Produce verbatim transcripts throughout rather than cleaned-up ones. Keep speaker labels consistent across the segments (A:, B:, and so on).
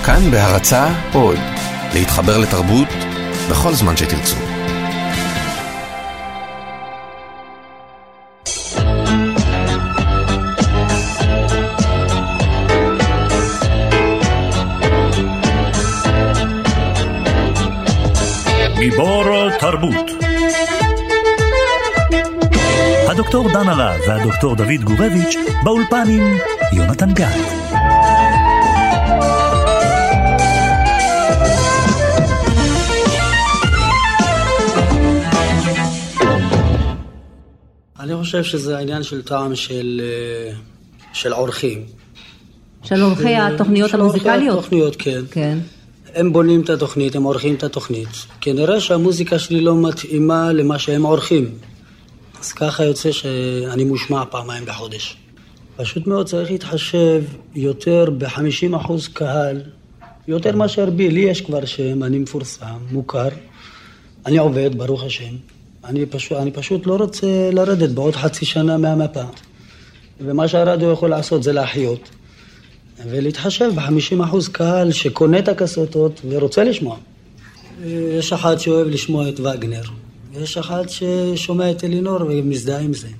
A: כאן בהרצאה עוד, להתחבר לתרבות בכל זמן שתרצו.
B: גיבור תרבות. הדוקטור דן הרב והדוקטור דוד גורביץ' באולפן עם יונתן גת.
C: אני חושב שזה העניין של טעם של, של עורכים.
D: של עורכי התוכניות המוזיקליות?
C: של עורכי התוכניות, כן.
D: כן.
C: הם בונים את התוכנית, הם עורכים את התוכנית. כנראה שהמוזיקה שלי לא מתאימה למה שהם עורכים. אז ככה יוצא שאני מושמע פעמיים בחודש. פשוט מאוד צריך להתחשב יותר ב-חמישים אחוז קהל, יותר מאשר בי. לי יש כבר שם, אני מפורסם, מוכר. אני עובד, ברוך השם. אני פשוט, אני פשוט לא רוצה לרדת בעוד חצי שנה מהמפה. ומה שהרדיו יכול לעשות זה להחיות. ולהתחשב ב-חמישים אחוז קהל שקונה את הקסטות ורוצה לשמוע. יש אחד שאוהב לשמוע את וגנר. יש אחד ששומע את אלינור ומזדהה עם זה.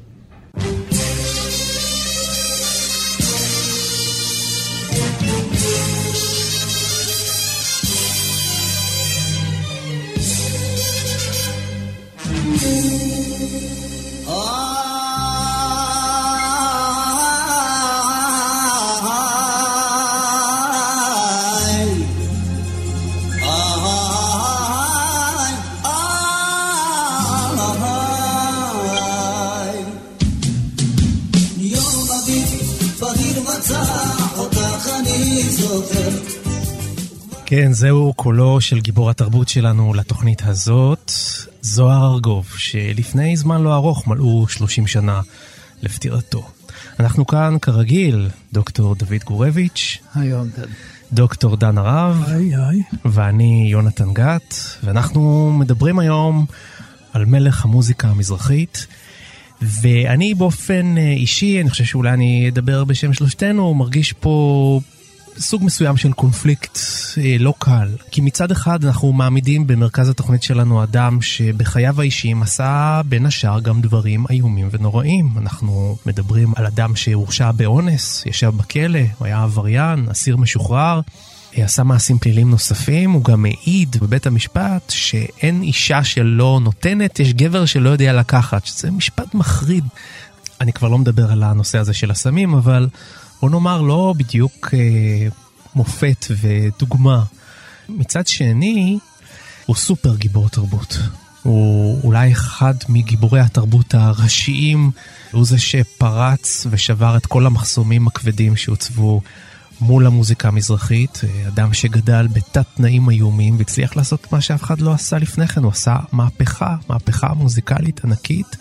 E: כן, זהו קולו של גיבור התרבות שלנו לתוכנית הזאת, זוהר ארגוב, שלפני זמן לא ארוך מלאו שלושים שנה לפטירתו. אנחנו כאן כרגיל, דוקטור דוד גורביץ',
F: היי יונתן.
E: דוקטור דן הרב,
F: היי היי.
E: ואני יונתן גת, ואנחנו מדברים היום על מלך המוזיקה המזרחית, ואני באופן אישי, אני חושב שאולי אני אדבר בשם שלושתנו, מרגיש פה סוג מסוים של קונפליקט אה, לא קל. כי מצד אחד אנחנו מעמידים במרכז התוכנית שלנו אדם שבחייו האישיים עשה בין השאר גם דברים איומים ונוראים. אנחנו מדברים על אדם שהורשע באונס, ישב בכלא, הוא היה עבריין, אסיר משוחרר, עשה מעשים פליליים נוספים, הוא גם העיד בבית המשפט שאין אישה שלא נותנת, יש גבר שלא יודע לקחת, שזה משפט מחריד. אני כבר לא מדבר על הנושא הזה של הסמים, אבל בוא נאמר לא בדיוק אה, מופת ודוגמה. מצד שני, הוא סופר גיבור תרבות. הוא אולי אחד מגיבורי התרבות הראשיים, הוא זה שפרץ ושבר את כל המחסומים הכבדים שהוצבו מול המוזיקה המזרחית, אדם שגדל בתת תנאים איומים והצליח לעשות מה שאף אחד לא עשה לפני כן, הוא עשה מהפכה, מהפכה מוזיקלית ענקית,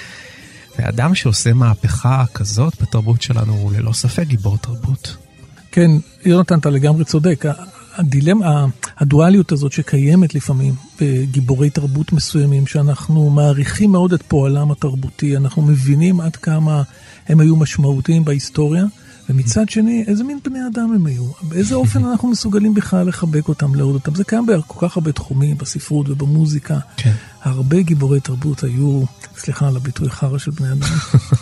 E: ואדם שעושה מהפכה כזאת בתרבות שלנו הוא ללא ספק גיבור תרבות.
F: כן, יונתן, אתה לגמרי צודק. הדילמה, הדואליות הזאת שקיימת לפעמים בגיבורי תרבות מסוימים, שאנחנו מעריכים מאוד את פועלם התרבותי, אנחנו מבינים עד כמה הם היו משמעותיים בהיסטוריה, ומצד שני, איזה מין בני אדם הם היו? באיזה אופן אנחנו מסוגלים בכלל לחבק אותם, לעוד אותם? זה קיים בכל כך הרבה תחומים, בספרות ובמוזיקה. כן. הרבה גיבורי תרבות היו, סליחה על הביטוי חרא של בני אדם.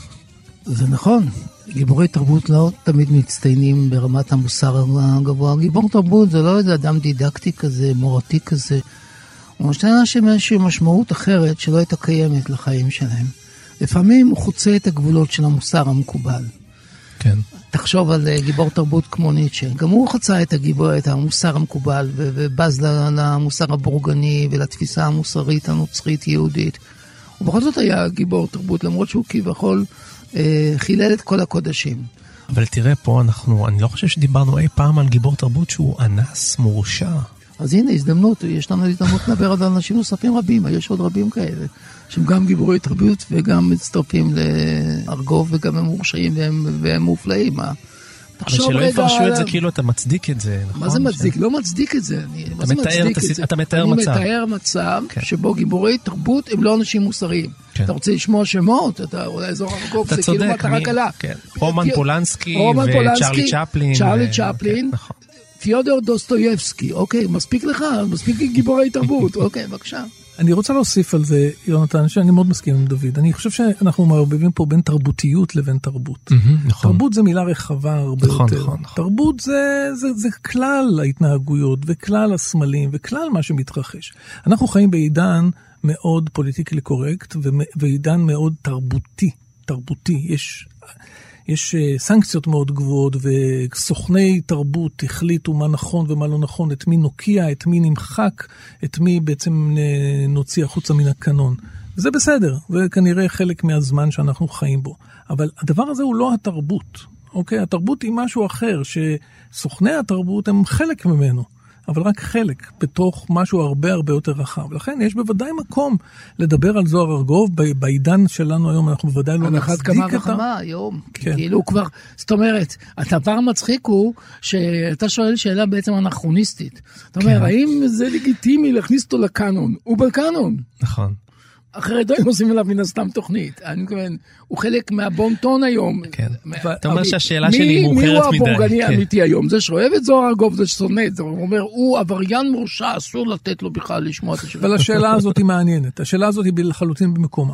G: זה נכון. גיבורי תרבות לא תמיד מצטיינים ברמת המוסר הגבוה. גיבור תרבות זה לא איזה אדם דידקטי כזה, מורתי כזה. הוא משתנה איזושהי משמעות אחרת שלא הייתה קיימת לחיים שלהם. לפעמים הוא חוצה את הגבולות של המוסר המקובל.
E: כן.
G: תחשוב על גיבור תרבות כמו ניטשה. גם הוא חצה את הגיבור, את המוסר המקובל, ובז למוסר הבורגני ולתפיסה המוסרית הנוצרית יהודית. ובכל זאת היה גיבור תרבות, למרות שהוא כביכול אה, חילל את כל הקודשים.
E: אבל תראה פה, אנחנו, אני לא חושב שדיברנו אי פעם על גיבור תרבות שהוא אנס, מורשע.
G: אז הנה, הזדמנות, יש לנו הזדמנות לדבר על אנשים נוספים רבים, יש עוד רבים כאלה, שהם גם גיבורי תרבות וגם מצטרפים לארגוב וגם הם מורשעים והם, והם מופלאים.
E: אבל שלא יפרשו את זה כאילו אתה מצדיק את זה, נכון?
G: מה זה מצדיק? לא מצדיק את זה.
E: אתה מתאר מצב.
G: אני מתאר מצב שבו גיבורי תרבות הם לא אנשים מוסריים. אתה רוצה לשמוע שמות, אתה אולי זור ארגוב, זה כאילו מטרה קלה.
E: רומן פולנסקי וצ'רלי צ'פלין.
G: צ'רלי צ'פלין. פיודור דוסטויבסקי, אוקיי, מספיק לך, מספיק גיבורי תרבות, אוקיי, בבקשה.
F: אני רוצה להוסיף על זה, יונתן, שאני מאוד מסכים עם דוד. אני חושב שאנחנו מערבבים פה בין תרבותיות לבין תרבות. תרבות זה מילה רחבה הרבה יותר. תרבות זה כלל ההתנהגויות וכלל הסמלים וכלל מה שמתרחש. אנחנו חיים בעידן מאוד פוליטיקלי קורקט ועידן מאוד תרבותי. תרבותי. יש... יש סנקציות מאוד גבוהות, וסוכני תרבות החליטו מה נכון ומה לא נכון, את מי נוקיע, את מי נמחק, את מי בעצם נוציא החוצה מן הקנון. זה בסדר, וכנראה חלק מהזמן שאנחנו חיים בו. אבל הדבר הזה הוא לא התרבות, אוקיי? התרבות היא משהו אחר, שסוכני התרבות הם חלק ממנו. אבל רק חלק בתוך משהו הרבה הרבה יותר רחב. לכן יש בוודאי מקום לדבר על זוהר ארגוב, בעידן שלנו היום אנחנו בוודאי לא
G: נחזיק את ה... על אחת כמה וכמה היום, כן. כאילו כבר, זאת אומרת, הדבר המצחיק הוא שאתה שואל שאלה בעצם אנכרוניסטית. זאת אומרת, כן. האם זה לגיטימי להכניס אותו לקאנון? הוא בקאנון.
E: נכון.
G: אחרת הם עושים עליו מן הסתם תוכנית. אני מתכוון, הוא חלק מהבונטון היום.
E: כן. אתה אומר שהשאלה שלי היא מאוחרת מדי.
G: מי הוא הבורגני האמיתי היום? זה שאוהב את זוהר ארגוב, זה ששונא את זה. הוא אומר, הוא עבריין מורשע, אסור לתת לו בכלל לשמוע את השאלה.
F: אבל השאלה הזאת היא מעניינת. השאלה הזאת היא לחלוטין במקומה.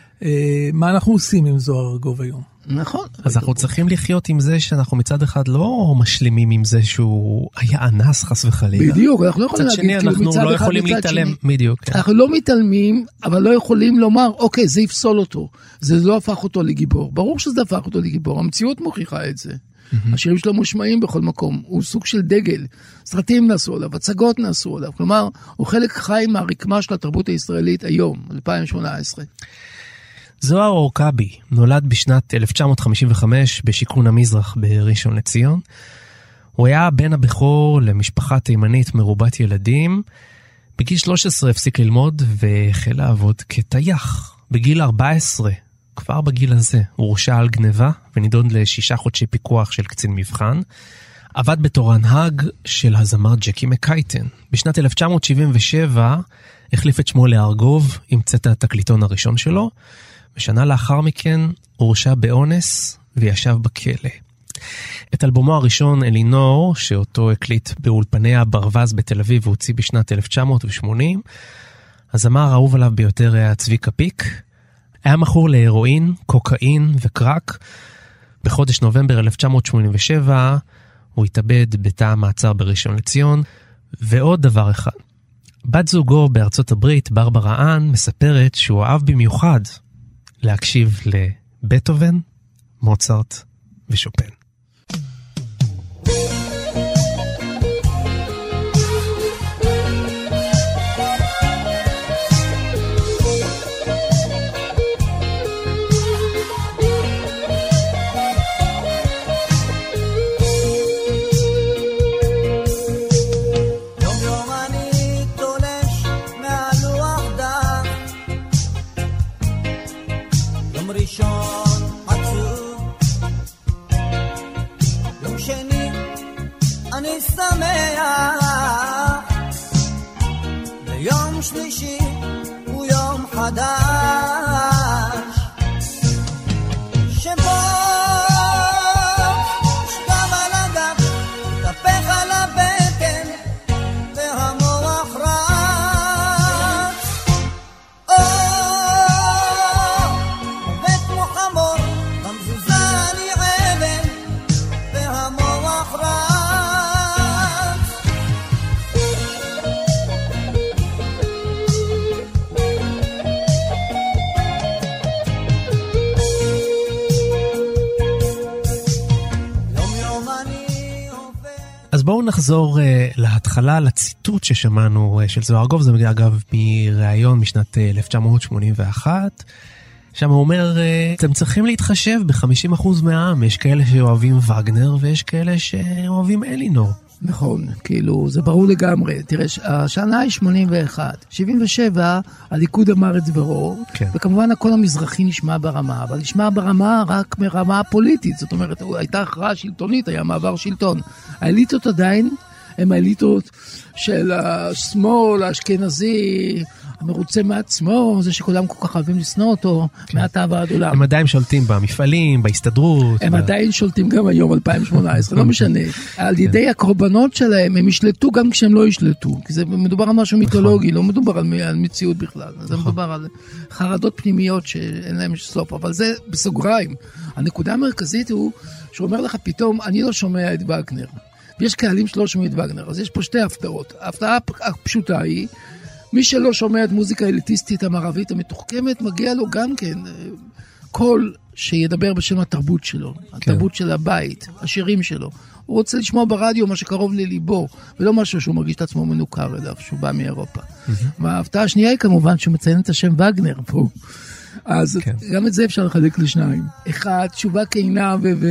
F: מה אנחנו עושים עם זוהר ארגוב היום?
G: נכון.
E: אז אנחנו צריכים לחיות עם זה שאנחנו מצד אחד לא משלימים עם זה שהוא היה אנס חס וחלילה.
G: בדיוק, אנחנו לא יכולים להגיד,
E: מצד שני אנחנו לא יכולים להתעלם, בדיוק.
G: אנחנו לא מתעלמים, אבל לא יכולים לומר, אוקיי, זה יפסול אותו. זה לא הפך אותו לגיבור. ברור שזה הפך אותו לגיבור, המציאות מוכיחה את זה. השירים שלו מושמעים בכל מקום, הוא סוג של דגל. סרטים נעשו עליו, הצגות נעשו עליו. כלומר, הוא חלק חי מהרקמה של התרבות הישראלית היום, אלפיים שמונה עשרה.
E: זוהר אורקבי נולד בשנת אלף תשע מאות חמישים וחמש בשיכון המזרח בראשון לציון. הוא היה בן הבכור למשפחה תימנית מרובת ילדים. בגיל שלוש עשרה הפסיק ללמוד והחל לעבוד כטייח. בגיל ארבע עשרה, כבר בגיל הזה, הוא הורשע על גניבה ונידון לשישה חודשי פיקוח של קצין מבחן. עבד בתור הנהג של הזמר ג'קי מקייטן. בשנת אלף תשע מאות שבעים ושבע החליף את שמו לארגוב עם צאת התקליטון הראשון שלו. ושנה לאחר מכן הורשע באונס וישב בכלא. את אלבומו הראשון אלינור, שאותו הקליט באולפני הברווז בתל אביב והוציא בשנת אלף תשע מאות ושמונים, הזמר האהוב עליו ביותר היה צביקה פיק. היה מכור להירואין, קוקאין וקרק. בחודש נובמבר אלף תשע מאות שמונים ושבע הוא התאבד בתא המעצר בראשון לציון. ועוד דבר אחד, בת זוגו בארצות הברית, ברברה אן, מספרת שהוא אהב במיוחד להקשיב לבטהובן, מוצרט ושופן.
H: יום שלישי הוא יום חדש שבו שכב על הגב, תפך על הבטן והמוח רץ או עובד כמו חמור במזוזה אני אבן והמוח רץ.
E: אז בואו נחזור uh, להתחלה, לציטוט ששמענו uh, של זוהר ארגוב, זה מגיע אגב מראיון משנת uh, אלף תשע מאות שמונים ואחת, שם הוא אומר, uh, אתם צריכים להתחשב ב-חמישים אחוז מהעם, יש כאלה שאוהבים וגנר ויש כאלה שאוהבים אלינור.
G: נכון, כאילו זה ברור לגמרי. תראה, השנה היא שמונים ואחת, שבעים ושבע הליכוד אמר את דברו, כן. וכמובן הכל המזרחי נשמע ברמה, אבל נשמע ברמה רק מרמה פוליטית, זאת אומרת, הייתה הכרעה שלטונית, היה מעבר שלטון. האליטות עדיין הם האליטות של השמאל, האשכנזי, המרוצה מעצמו, זה שכולם כל כך אוהבים לשנוא אותו, מעתה ועד עולם.
E: הם עדיין שולטים במפעלים, בהסתדרות.
G: הם עדיין שולטים גם היום, אלפיים שמונה עשרה, לא משנה. על ידי הקורבנות שלהם, הם ישלטו גם כשהם לא ישלטו. כי זה מדובר על משהו מיתולוגי, לא מדובר על מציאות בכלל. זה מדובר על חרדות פנימיות שאין להם סוף, אבל זה בסוגריים. הנקודה המרכזית הוא, שהוא אומר לך פתאום, אני לא שומע את וגנר. ויש קהלים שלא שומעים את וגנר, אז יש פה שתי הפתעות. ההפתעה הפשוטה היא, מי שלא שומע את מוזיקה אליטיסטית המערבית המתוחכמת, מגיע לו גם כן קול שידבר בשם התרבות שלו, התרבות של הבית, השירים שלו. הוא רוצה לשמוע ברדיו מה שקרוב לליבו, ולא משהו שהוא מרגיש את עצמו מנוכר אליו, שהוא בא מאירופה. וההפתעה השנייה היא כמובן שהוא מציין את השם וגנר פה. אז כן. גם את זה אפשר לחלק לשניים. אחד, תשובה כינה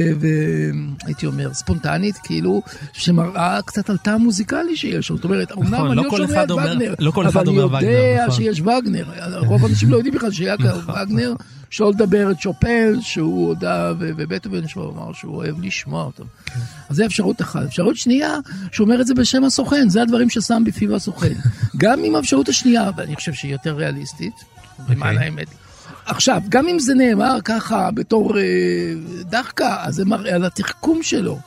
G: והייתי אומר, ספונטנית, כאילו, שמראה קצת על טעם מוזיקלי שיש. זאת אומרת, אמנם נכון, אני לא שומע את וגנר, לא אבל אני יודע וגנר, נכון. שיש וגנר. רוב האנשים לא יודעים בכלל שהיה וגנר, שלא לדבר את שופל, שהוא הודע, ובטהובן שהוא אמר שהוא אוהב לשמוע אותו. כן. אז זה אפשרות אחת. אפשרות שנייה, שהוא אומר את זה בשם הסוכן, זה הדברים ששם בפיו הסוכן. גם עם האפשרות השנייה, ואני חושב שהיא יותר ריאליסטית, למען האמת. עכשיו, גם אם זה נאמר ככה בתור אה, דחקה, אז זה מראה על התחכום שלו.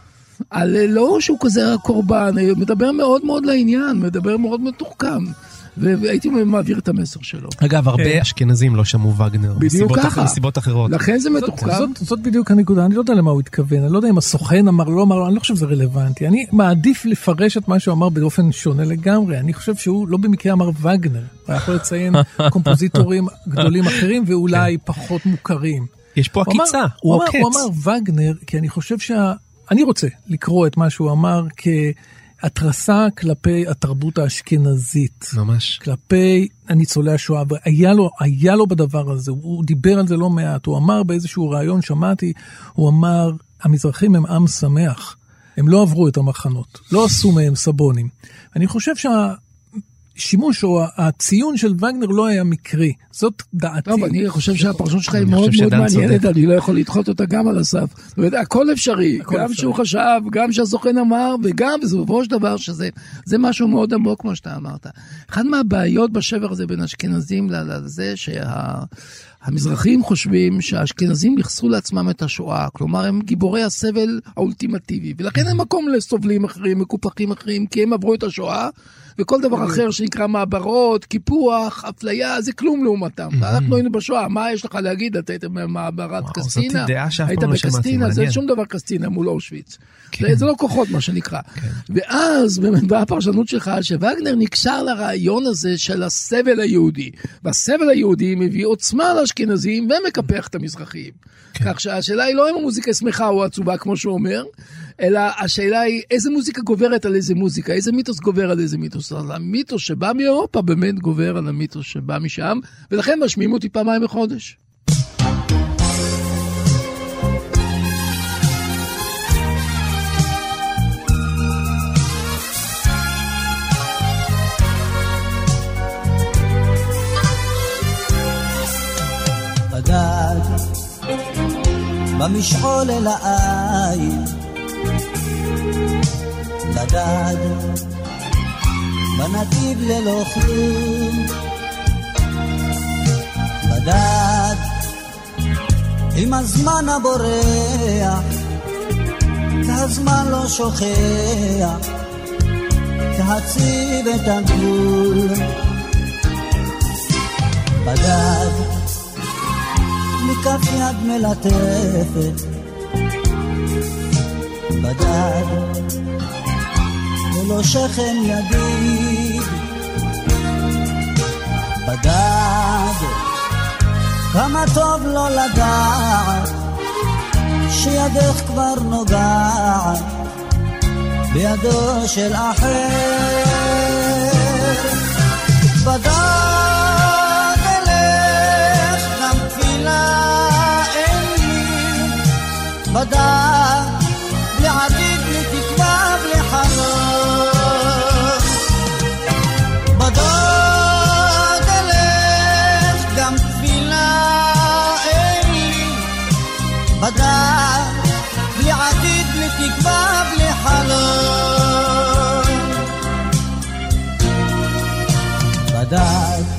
G: על לא שהוא כזה הקורבן, מדבר מאוד מאוד לעניין, מדבר מאוד מתוחכם. והייתי מעביר את המסר שלו.
E: אגב, הרבה אשכנזים לא שמעו וגנר.
G: בדיוק ככה.
E: מסיבות אחרות.
G: לכן זה מתוחכם.
F: זאת בדיוק הנקודה, אני לא יודע למה הוא התכוון, אני לא יודע אם הסוכן אמר, לא אמר, אני לא חושב שזה רלוונטי. אני מעדיף לפרש את מה שהוא אמר באופן שונה לגמרי. אני חושב שהוא לא במקרה אמר וגנר. הוא יכול לציין קומפוזיטורים גדולים אחרים, ואולי פחות מוכרים.
E: יש פה עקיצה, הוא עוקץ.
F: הוא אמר וגנר, כי אני חושב שה... אני רוצה לקרוא את מה שהוא אמר כ... התרסה כלפי התרבות האשכנזית.
E: ממש.
F: כלפי הניצולי השואה, והיה לו, היה לו בדבר הזה, הוא דיבר על זה לא מעט, הוא אמר באיזשהו רעיון, שמעתי, הוא אמר, המזרחים הם עם שמח, הם לא עברו את המחנות, לא עשו מהם סבונים. אני חושב שהשימוש או הציון של וגנר לא היה מקרי, זאת דעתי.
G: טוב, אני חושב שהפרשנות שלך היא מאוד מאוד מעניינת, אני לא יכול לדחות אותה גם על הסף. זאת אומרת, הכל אפשרי, גם שהוא חשב, גם שהסוכן אמר, וגם, בסופו של דבר, שזה משהו מאוד עמוק, כמו שאתה אמרת. אחד מהבעיות בשבר הזה בין אשכנזים לזה, שהמזרחים חושבים שהאשכנזים יחסרו לעצמם את השואה, כלומר, הם גיבורי הסבל האולטימטיבי, ולכן אין מקום לסובלים אחרים, מקופחים אחרים, כי הם עברו את השואה, וכל דבר אחר שנקרא מעברות, קיפוח, אפליה, זה כלום לעומתם. אנחנו היינו בשואה, מה יש לך להגיד? אתה היית במעברת קסטינה, היית בקסטינה, זה שום דבר קסטינה מול אושוויץ. זה לא כוחות, מה שנקרא. ואז, באמת, באה הפרשנות שלך, שווגנר נקשר לרעיון הזה של הסבל היהודי. והסבל היהודי מביא עוצמה לאשכנזים ומקפח את המזרחים. כך שהשאלה היא לא אם המוזיקה שמחה או עצובה, כמו שהוא אומר, אלא השאלה היא איזה מוזיקה גוברת על איזה מוזיקה, איזה מיתוס גובר על איזה מיתוס. אז המיתוס שבא מאירופה באמת גובר על המיתוס שבא משם, ולכן משמיעים אותי פעמיים בחודש.
H: בדד במשעול אל העין בדד בנתיב ללא כלום בדד עם הזמן הבורח כהזמן לא שוכח כהציב את הגבול בדד מכף יד מלטפת בדד ולא שכן ידיד בדד כמה טוב לא לדעת שידך כבר נוגעת בידו של אחר בדד אלך גם תפילה אין לי בדד בלי עתיד בלי תקווה בלי חלום בדד אלך גם תפילה אין לי בדד בלי עתיד בלי תקווה בלי חלום בדד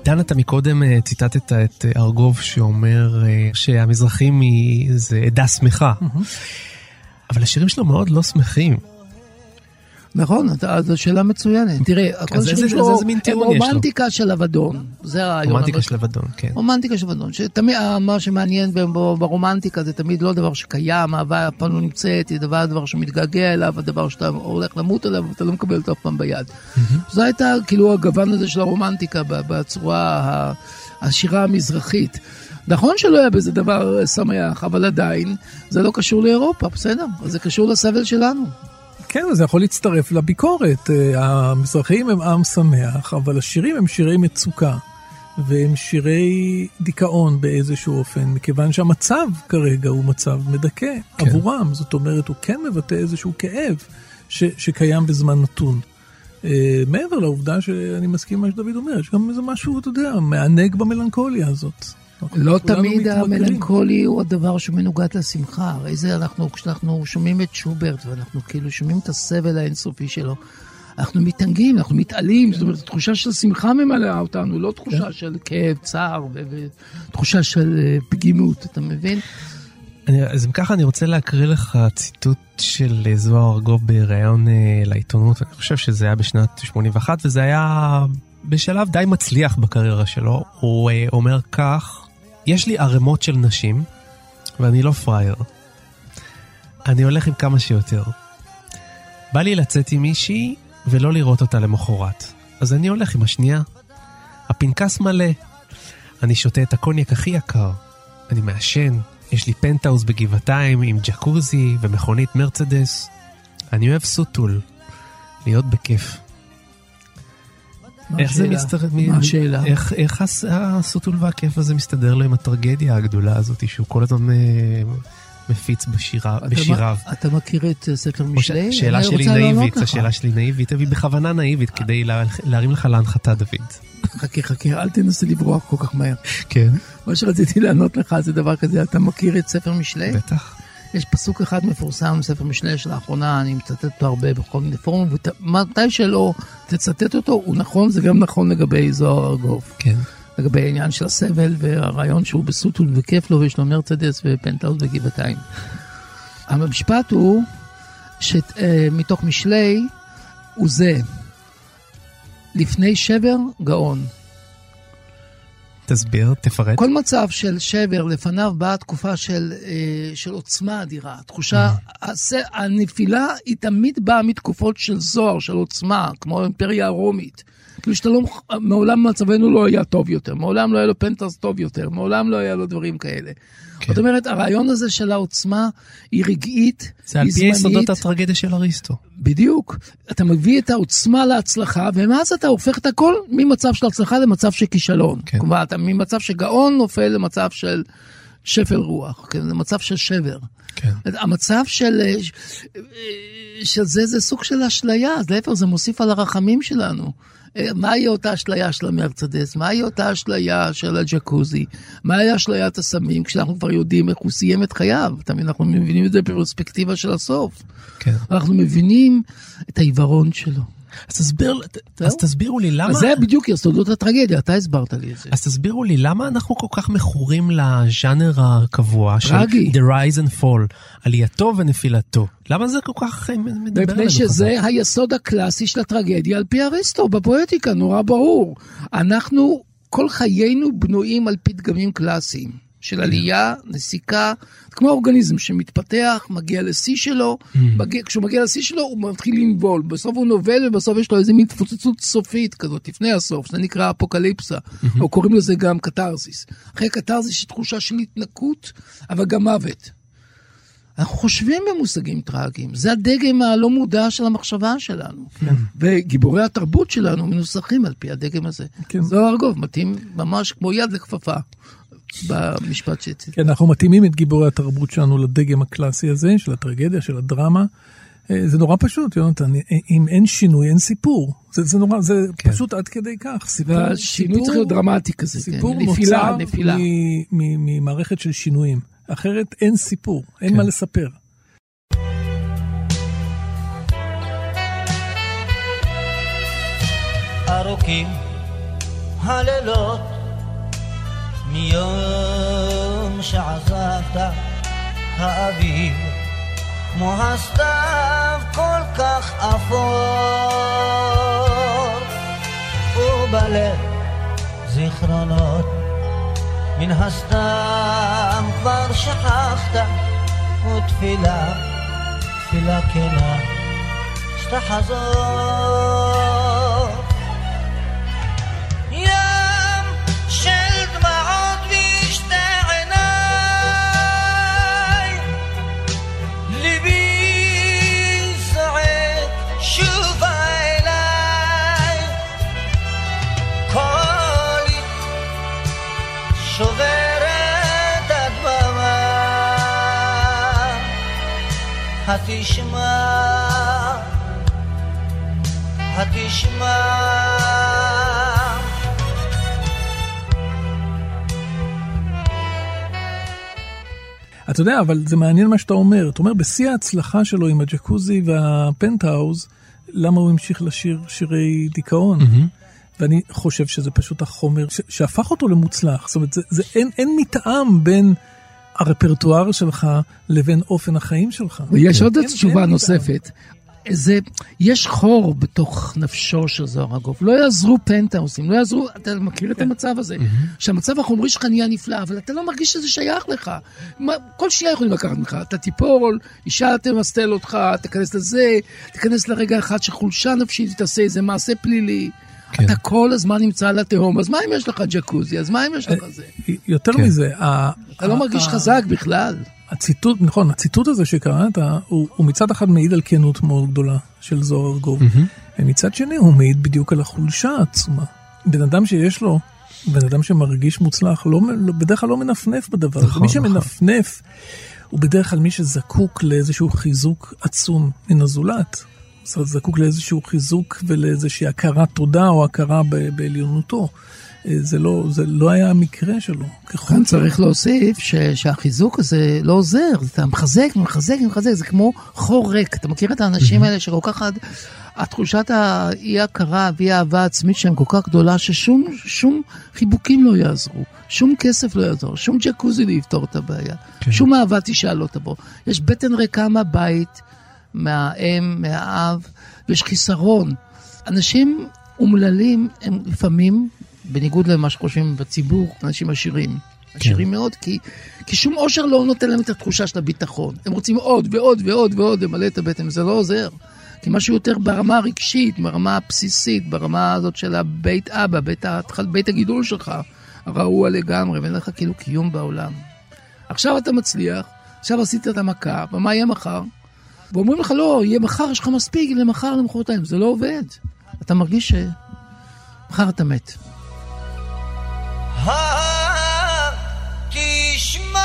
E: דן, אתה מקודם ציטטת את ארגוב שאומר שהמזרחים זה עדה שמחה. אבל השירים שלו מאוד לא שמחים.
G: נכון, זו שאלה מצוינת. תראה, הכל שירים שלו הם רומנטיקה של אבדון. זה הרעיון.
E: רומנטיקה של אבדון, כן.
G: רומנטיקה של אבדון. שתמיד, מה שמעניין ברומנטיקה זה תמיד לא דבר שקיים, אהבה אף פעם לא נמצאת, זה דבר שמתגעגע אליו, הדבר שאתה הולך למות עליו, ואתה לא מקבל אותו אף פעם ביד. זו הייתה כאילו הגוון הזה של הרומנטיקה בצורה השירה המזרחית. נכון שלא היה בזה דבר שמח, אבל עדיין זה לא קשור לאירופה, בסדר? זה קשור לסבל שלנו.
F: כן, זה יכול להצטרף לביקורת. המזרחים הם עם שמח, אבל השירים הם שירי מצוקה, והם שירי דיכאון באיזשהו אופן, מכיוון שהמצב כרגע הוא מצב מדכא כן. עבורם. זאת אומרת, הוא כן מבטא איזשהו כאב ש- שקיים בזמן נתון. מעבר לעובדה שאני מסכים מה שדוד אומר, יש גם איזה משהו, אתה יודע, מענג במלנכוליה הזאת.
G: לא תמיד המלנכולי הוא הדבר שמנוגד לשמחה. הרי זה אנחנו, כשאנחנו שומעים את שוברט, ואנחנו כאילו שומעים את הסבל האינסופי שלו, אנחנו מתענגים, אנחנו מתעלים, זאת אומרת, תחושה של שמחה ממלאה אותנו, לא תחושה של כאב, צער, ותחושה של פגימות, אתה מבין?
E: אז אם ככה אני רוצה להקריא לך ציטוט של זוהר ארגוב בראיון לעיתונות, אני חושב שזה היה בשנת שמונים ואחת, וזה היה בשלב די מצליח בקריירה שלו. הוא אומר כך: יש לי ערמות של נשים, ואני לא פרייר. אני הולך עם כמה שיותר. בא לי לצאת עם מישהי, ולא לראות אותה למחרת. אז אני הולך עם השנייה. הפנקס מלא. אני שותה את הקוניאק הכי יקר. אני מעשן. יש לי פנטאוס בגבעתיים עם ג'קוזי ומכונית מרצדס. אני אוהב סוטול. להיות בכיף. איך זה מסתדר?
G: מה השאלה?
E: איך, איך הסוטול והכיף הזה מסתדר לו עם הטרגדיה הגדולה הזאת שהוא כל הזמן מפיץ בשירה, בשיריו?
G: אתה מכיר את ספר משלי?
E: שאלה שלי נאיבית, השאלה שלי נאיבית, אבל בכוונה נאיבית כדי להרים לך להנחתה, דוד.
G: חכה, חכה, אל תנסה לברוח כל כך מהר.
E: כן. מה
G: שרציתי לענות לך זה דבר כזה, אתה מכיר את ספר משלי?
E: בטח.
G: יש פסוק אחד מפורסם בספר משלי שלאחרונה, אני מצטט אותו הרבה בכל מיני פורום, ומתי שלא תצטט אותו, הוא נכון, זה גם נכון לגבי זוהר ארגוב.
E: כן.
G: לגבי העניין של הסבל והרעיון שהוא בסוטול וכיף לו, ויש לו מרצדס ופנטאוס בגבעתיים. המשפט הוא, שמתוך משלי, הוא זה, לפני שבר גאון.
E: תסביר, תפרט.
G: כל מצב של שבר לפניו באה תקופה של, של עוצמה אדירה. תחושה, הנפילה היא תמיד באה מתקופות של זוהר, של עוצמה, כמו האימפריה הרומית. כאילו שאתה לא, מעולם מצבנו לא היה טוב יותר, מעולם לא היה לו פנטאוס טוב יותר, מעולם לא היה לו דברים כאלה. זאת אומרת, הרעיון הזה של העוצמה היא רגעית,
E: זה על פי יסודות הטרגדיה של אריסטו.
G: בדיוק. אתה מביא את העוצמה להצלחה, ומאז אתה הופך את הכל ממצב של הצלחה למצב של כישלון. כן. כלומר, אתה ממצב שגאון נופל למצב של שפל רוח, כן? למצב של שבר.
E: כן.
G: המצב של, של זה, זה סוג של אשליה, אז להפך, זה מוסיף על הרחמים שלנו. מהי אותה אשליה של המרצדס? מהי אותה אשליה של הג'קוזי? מהי אשליית הסמים? כשאנחנו כבר יודעים איך הוא סיים את חייו. תמיד אנחנו מבינים את זה בפרספקטיבה של הסוף.
E: כן.
G: אנחנו מבינים את העיוורון שלו.
E: אז, תסביר, אז תסבירו לי למה...
G: אז זה בדיוק יסודות הטרגדיה, אתה הסברת לי את זה.
E: אז תסבירו לי למה אנחנו כל כך מכורים לז'אנר הקבוע
G: טרגי.
E: של The Rise and Fall, עלייתו ונפילתו. למה זה כל כך מדבר עלינו?
G: מפני שזה חזק? היסוד הקלאסי של הטרגדיה על פי אריסטו, בפואטיקה, נורא ברור. אנחנו, כל חיינו בנויים על פתגמים קלאסיים. של עלייה, נסיקה, כמו אורגניזם שמתפתח, מגיע לשיא שלו, מגיע, כשהוא מגיע לשיא שלו הוא מתחיל לנבול, בסוף הוא נובל ובסוף יש לו איזו מין תפוצצות סופית כזאת, לפני הסוף, זה נקרא אפוקליפסה, או קוראים לזה גם קטרזיס. אחרי קטרזיס יש תחושה של התנקות, אבל גם מוות. אנחנו חושבים במושגים טרגיים, זה הדגם הלא מודע של המחשבה שלנו, וגיבורי התרבות שלנו מנוסחים על פי הדגם הזה. זוהר ארגוב מתאים ממש כמו יד לכפפה. במשפט שצריך.
F: כן, אנחנו מתאימים את גיבורי התרבות שלנו לדגם הקלאסי הזה, של הטרגדיה, של הדרמה. זה נורא פשוט, יונתן. אם אין שינוי, אין סיפור. זה, זה נורא, זה כן. פשוט עד כדי כך. סיפור,
G: שינוי צריך להיות דרמטי כזה.
F: סיפור
G: כן. נפילה, נפילה.
F: ממערכת של שינויים. אחרת אין סיפור, אין כן. מה לספר.
H: ארוכים הלילות מיום שעזבת האביב כמו הסתיו כל כך אפור ובלב זיכרונות מן הסתם כבר שכחת ותפילה תפילה כנה שתחזור ים של דמעות בשתי עיניי ליבי זועק שובה אליי קולי שוברת הדממה התשמע התשמע
F: אתה יודע, אבל זה מעניין מה שאתה אומר. אתה אומר, בשיא ההצלחה שלו עם הג'קוזי והפנטהאוז, למה הוא המשיך לשיר שירי דיכאון? ואני חושב שזה פשוט החומר שהפך אותו למוצלח. זאת אומרת, זה, זה, אין, אין מתאם בין הרפרטואר שלך לבין אופן החיים שלך.
G: ויש עוד תשובה נוספת. זה, יש חור בתוך נפשו של זוהר ארגוב. לא יעזרו פנטהאוזים, לא יעזרו, אתה מכיר את המצב הזה, שהמצב החומרי שלך נהיה נפלא, אבל אתה לא מרגיש שזה שייך לך. כל שנייה יכולים לקחת ממך, אתה תיפול, אישה תמסתל אותך, תכנס לזה, תכנס לרגע אחד שחולשה נפשית, תעשה איזה מעשה פלילי. אתה כל הזמן נמצא על התהום, אז מה אם יש לך ג'קוזי? אז מה אם יש לך זה?
F: יותר מזה,
G: אתה לא מרגיש חזק בכלל.
F: הציטוט, נכון, הציטוט הזה שקראת, הוא, הוא מצד אחד מעיד על כנות מאוד גדולה של זוהר ארגוב, mm-hmm. ומצד שני הוא מעיד בדיוק על החולשה העצומה. בן אדם שיש לו, בן אדם שמרגיש מוצלח, לא, בדרך כלל לא מנפנף בדבר. נכון, מי שמנפנף, הוא בדרך כלל מי שזקוק לאיזשהו חיזוק עצום מן הזולת. זקוק לאיזשהו חיזוק ולאיזושהי הכרת תודה או הכרה ב- בעליונותו. זה לא, זה לא היה המקרה שלו.
G: כאן צריך להוסיף ש, שהחיזוק הזה לא עוזר, אתה מחזק, מחזק, מחזק, זה כמו חור ריק. אתה מכיר את האנשים האלה שכל כך עד, התחושת האי הכרה ואי האהבה עצמית שהם כל כך גדולה, ששום שום חיבוקים לא יעזרו, שום כסף לא יעזור, שום ג'קוזי לא יפתור את הבעיה, כן. שום אהבה תשאל לא תבוא. יש בטן ריקה מהבית, מהאם, מהאב, ויש חיסרון. אנשים אומללים הם לפעמים, בניגוד למה שחושבים בציבור, אנשים עשירים. עשירים כן. מאוד, כי, כי שום אושר לא נותן להם את התחושה של הביטחון. הם רוצים עוד ועוד ועוד ועוד למלא את הבטן, זה לא עוזר. כי משהו יותר ברמה הרגשית, ברמה הבסיסית, ברמה הזאת של הבית אבא, בית, בית הגידול שלך, הרעוע לגמרי, ואין לך כאילו קיום בעולם. עכשיו אתה מצליח, עכשיו עשית את המכה, ומה יהיה מחר? ואומרים לך, לא, יהיה מחר, יש לך מספיק, למחר, למחרתיים. זה לא עובד. אתה מרגיש שמחר אתה מת.
H: תשמע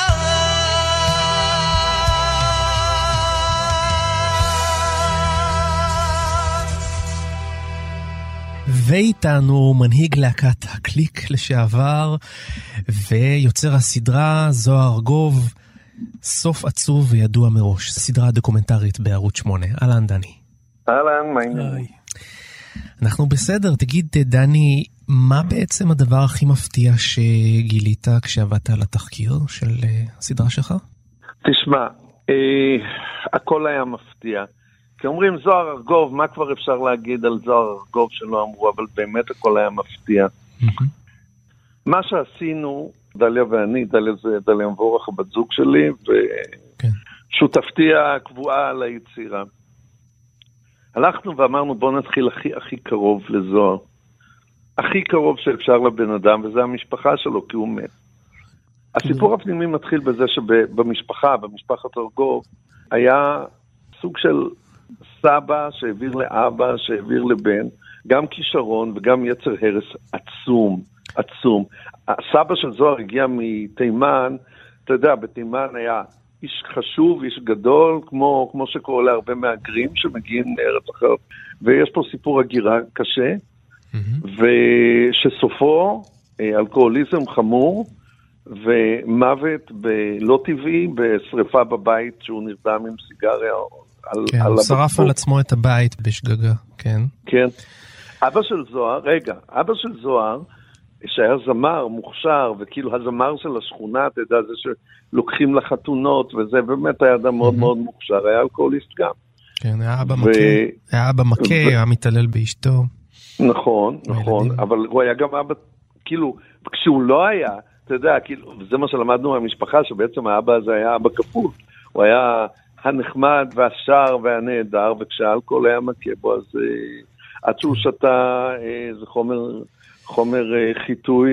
E: ואיתנו מנהיג להקת הקליק לשעבר ויוצר הסדרה זוהר ארגוב, סוף עצוב וידוע מראש, סדרה דוקומנטרית בערוץ שמונה. אהלן דני.
I: אהלן, מה העניינים?
E: אנחנו בסדר. תגיד דני, מה בעצם הדבר הכי מפתיע שגילית כשעבדת על התחקיר של הסדרה שלך?
I: תשמע, אה, הכל היה מפתיע. כי אומרים זוהר ארגוב, מה כבר אפשר להגיד על זוהר ארגוב שלא אמרו, אבל באמת הכל היה מפתיע. Mm-hmm. מה שעשינו, דליה ואני, דליה זה דליה מבורך, הבת זוג שלי, ושותפתי הקבועה על היצירה. הלכנו ואמרנו בוא נתחיל הכי הכי קרוב לזוהר. הכי קרוב שאפשר לבן אדם, וזה המשפחה שלו, כי הוא מת. הסיפור הפנימי מתחיל בזה שבמשפחה, במשפחת ארגוב, היה סוג של סבא שהעביר לאבא, שהעביר לבן, גם כישרון וגם יצר הרס עצום, עצום. הסבא של זוהר הגיע מתימן, אתה יודע, בתימן היה איש חשוב, איש גדול, כמו, כמו שקורה להרבה מהגרים שמגיעים לארץ אחרת. ויש פה סיפור הגירה קשה, mm-hmm. ושסופו, אלכוהוליזם חמור, ומוות בלא טבעי, בשריפה בבית שהוא נרדם עם סיגריה. על,
E: כן,
I: על
E: הוא שרף על עצמו את הבית בשגגה, כן.
I: כן. אבא של זוהר, רגע, אבא של זוהר, שהיה זמר מוכשר, וכאילו הזמר של השכונה, אתה יודע, זה שלוקחים לחתונות, וזה באמת היה אדם מאוד מאוד מוכשר, היה אלכוהוליסט גם.
E: כן, היה אבא מכה, היה אבא מכה, היה מתעלל באשתו.
I: נכון, נכון, אבל הוא היה גם אבא, כאילו, כשהוא לא היה, אתה יודע, כאילו, וזה מה שלמדנו מהמשפחה, שבעצם האבא הזה היה אבא כפול. הוא היה הנחמד והשר והנהדר, וכשהאלכוהול היה מכה בו, אז עד שהוא שתה, זה חומר... חומר חיטוי,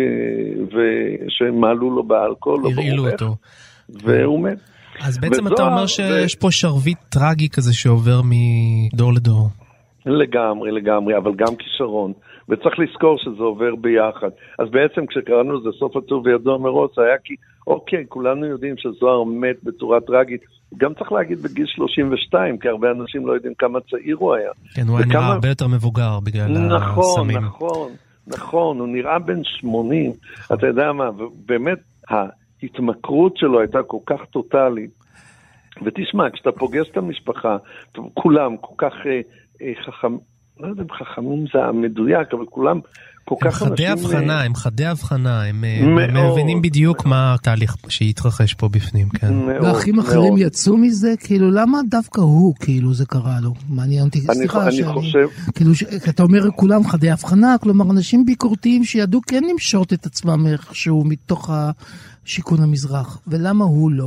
I: ושמעלו לו באלכוהול.
E: הרעילו אותו.
I: והוא מת.
E: אז בעצם אתה אומר שיש פה שרביט טרגי כזה שעובר מדור לדור.
I: לגמרי, לגמרי, אבל גם כישרון. וצריך לזכור שזה עובר ביחד. אז בעצם כשקראנו לזה סוף עצוב וידוע מרוץ, היה כי, אוקיי, כולנו יודעים שזוהר מת בצורה טרגית. גם צריך להגיד בגיל שלושים ושתיים, כי הרבה אנשים לא יודעים כמה צעיר הוא היה.
E: כן, הוא היה נראה הרבה יותר מבוגר בגלל הסמים.
I: נכון, נכון. נכון, הוא נראה בן שמונים, אתה יודע מה, ובאמת ההתמכרות שלו הייתה כל כך טוטלית, ותשמע, כשאתה פוגש את המשפחה, כולם כל כך אה, אה, חכם, לא יודע אם חכמים זה המדויק, אבל כולם כל כך
E: אנשים... הם חדי הבחנה, הם חדי הבחנה, הם מבינים בדיוק מה התהליך שהתרחש פה בפנים, כן.
G: ואחים אחרים יצאו מזה, כאילו, למה דווקא הוא, כאילו, זה קרה לו? מעניין אותי, סליחה,
I: אני חושב...
G: כאילו, אתה אומר, כולם חדי הבחנה, כלומר, אנשים ביקורתיים שידעו כן למשות את עצמם איכשהו מתוך השיקון המזרח, ולמה הוא לא?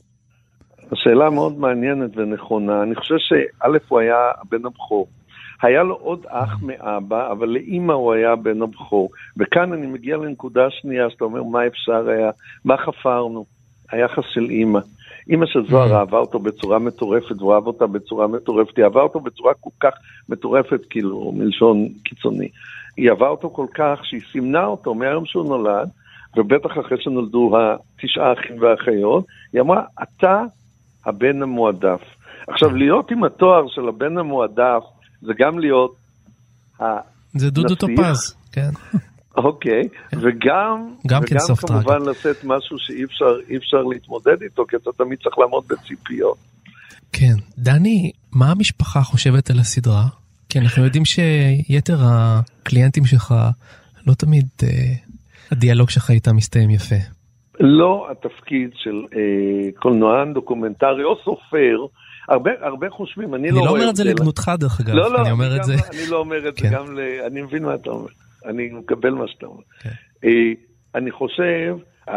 I: השאלה מאוד מעניינת ונכונה. אני חושב שא' הוא היה בן הבכור. היה לו עוד אח מאבא, אבל לאמא הוא היה בן הבכור. וכאן אני מגיע לנקודה שנייה, שאתה אומר, מה אפשר היה, מה חפרנו? היחס של אמא. אמא של זוהר אהבה אותו בצורה מטורפת, והוא אהב אותה בצורה מטורפת. היא אהבה אותו בצורה כל כך מטורפת, כאילו, מלשון קיצוני. היא אהבה אותו כל כך שהיא סימנה אותו מהיום שהוא נולד, ובטח אחרי שנולדו התשעה אחים ואחיות, היא אמרה, אתה הבן המועדף. עכשיו, להיות עם התואר של הבן המועדף, זה גם להיות הנסיך.
E: זה דודו טופז, כן.
I: אוקיי, וגם,
E: גם כן
I: וגם כמובן לשאת משהו שאי אפשר, אי אפשר להתמודד איתו, כי אתה תמיד צריך לעמוד בציפיות.
E: כן, דני, מה המשפחה חושבת על הסדרה? כי אנחנו יודעים שיתר הקליינטים שלך, לא תמיד אה, הדיאלוג שלך איתם מסתיים יפה.
I: לא התפקיד של אה, קולנוען דוקומנטרי או סופר, הרבה, הרבה חושבים, אני,
E: אני
I: לא
E: לא אומר את זה לגנותך דרך אגב,
I: לא, לא,
E: אני אומר את זה.
I: אני לא אומר את זה גם, אני מבין מה אתה אומר, אני מקבל מה שאתה אומר.
E: כן.
I: אני חושב,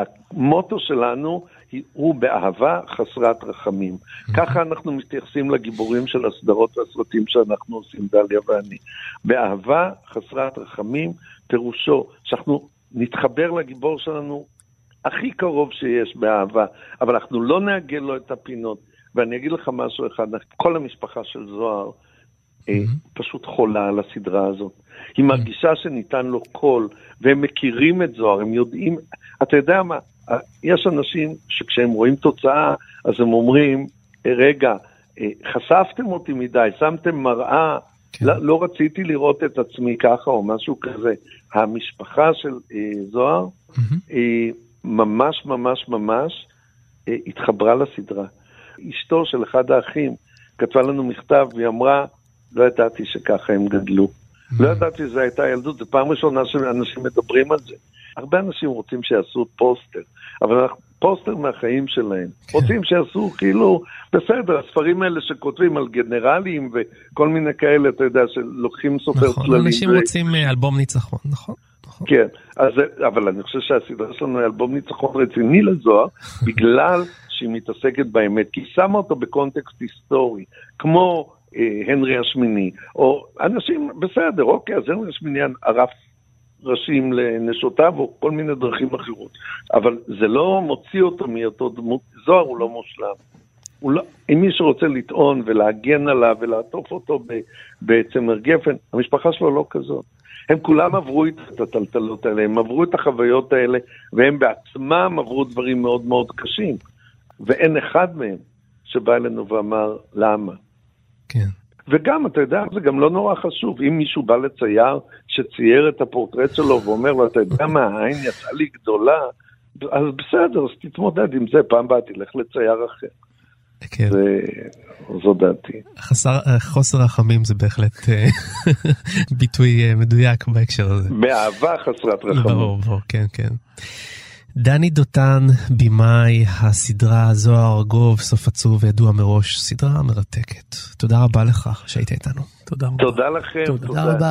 I: המוטו שלנו הוא באהבה חסרת רחמים. ככה אנחנו מתייחסים לגיבורים של הסדרות והסרטים שאנחנו עושים, דליה ואני. באהבה חסרת רחמים, פירושו שאנחנו נתחבר לגיבור שלנו הכי קרוב שיש באהבה, אבל אנחנו לא נעגל לו את הפינות. ואני אגיד לך משהו אחד, כל המשפחה של זוהר mm-hmm. אה, פשוט חולה על הסדרה הזאת. היא מרגישה שניתן לו קול, והם מכירים את זוהר, הם יודעים, אתה יודע מה, יש אנשים שכשהם רואים תוצאה, אז הם אומרים, רגע, אה, חשפתם אותי מדי, שמתם מראה, כן. לא, לא רציתי לראות את עצמי ככה או משהו כזה. המשפחה של אה, זוהר mm-hmm. אה, ממש ממש ממש אה, התחברה לסדרה. אשתו של אחד האחים כתבה לנו מכתב, והיא אמרה, לא ידעתי שככה הם גדלו. לא ידעתי שזה הייתה ילדות, זו פעם ראשונה שאנשים מדברים על זה. הרבה אנשים רוצים שיעשו פוסטר, אבל אנחנו פוסטר מהחיים שלהם. רוצים שיעשו כאילו, בסדר, הספרים האלה שכותבים על גנרלים וכל מיני כאלה, אתה יודע, שלוקחים סופר צללים.
E: נכון, אנשים רוצים אלבום ניצחון, נכון?
I: כן, אבל אני חושב שהסדרה שלנו היא אלבום ניצחון רציני לזוהר, בגלל שהיא מתעסקת באמת, כי היא שמה אותו בקונטקסט היסטורי, כמו אה, הנרי השמיני, או אנשים, בסדר, אוקיי, אז הנרי השמיני ערף ראשים לנשותיו, או כל מיני דרכים אחרות, אבל זה לא מוציא אותו מאותו דמות, זוהר הוא לא מושלם. הוא לא, אם מי שרוצה לטעון ולהגן עליו ולעטוף אותו בצמר גפן, המשפחה שלו לא כזאת. הם כולם עברו את הטלטלות האלה, הם עברו את החוויות האלה, והם בעצמם עברו דברים מאוד מאוד קשים. ואין אחד מהם שבא אלינו ואמר, למה?
E: כן.
I: וגם, אתה יודע, זה גם לא נורא חשוב. אם מישהו בא לצייר שצייר את הפורטרט שלו ואומר לו, אתה יודע מה, העין יצאה לי גדולה, אז בסדר, אז תתמודד עם זה, פעם באה תלך לצייר אחר.
E: כן.
I: זו דעתי.
E: חסר, חוסר רחמים זה בהחלט ביטוי מדויק בהקשר הזה.
I: באהבה חסרת רחמים.
E: ברור, ברור, כן, כן. דני דותן, בימאי הסדרה זוהר ארגוב, סוף עצוב וידוע מראש, סדרה מרתקת. תודה רבה לך שהיית איתנו.
F: תודה רבה.
I: תודה לכם.
G: תודה, תודה רבה.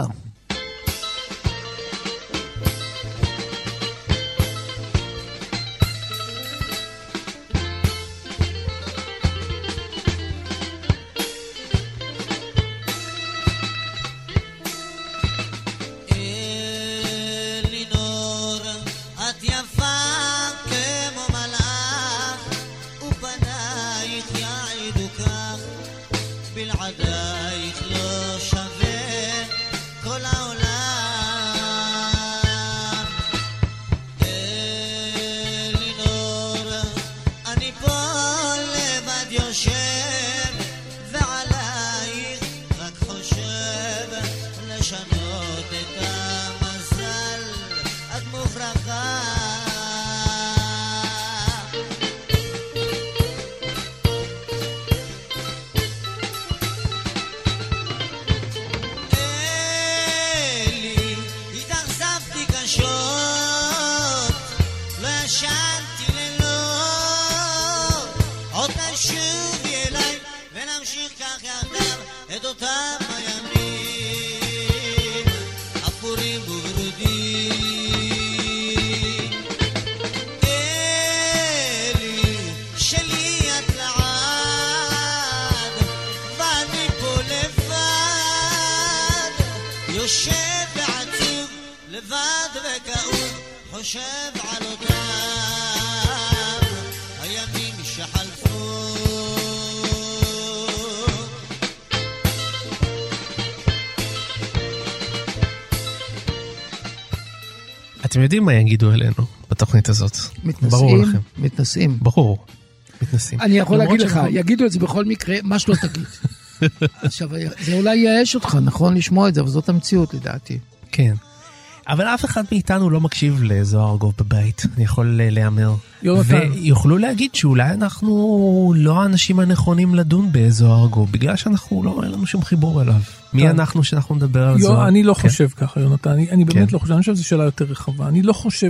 E: אתם יודעים מה יגידו אלינו בתוכנית הזאת?
G: מתנסים, מתנסים.
E: ברור, מתנסים.
G: אני יכול להגיד לך, יגידו את זה בכל מקרה, מה שלא תגיד. עכשיו, זה אולי ייאש אותך, נכון לשמוע את זה, אבל זאת המציאות לדעתי.
E: כן. אבל אף אחד מאיתנו לא מקשיב לזוהר ארגוב בבית, אני יכול להיאמר. ויוכלו להגיד שאולי אנחנו לא האנשים הנכונים לדון בזוהר ארגוב, בגלל שאנחנו לא, אין לנו שום חיבור אליו. מי אנחנו שאנחנו נדבר על זוהר?
F: אני לא חושב ככה, יונתן, אני באמת לא חושב, אני חושב שזו שאלה יותר רחבה. אני לא חושב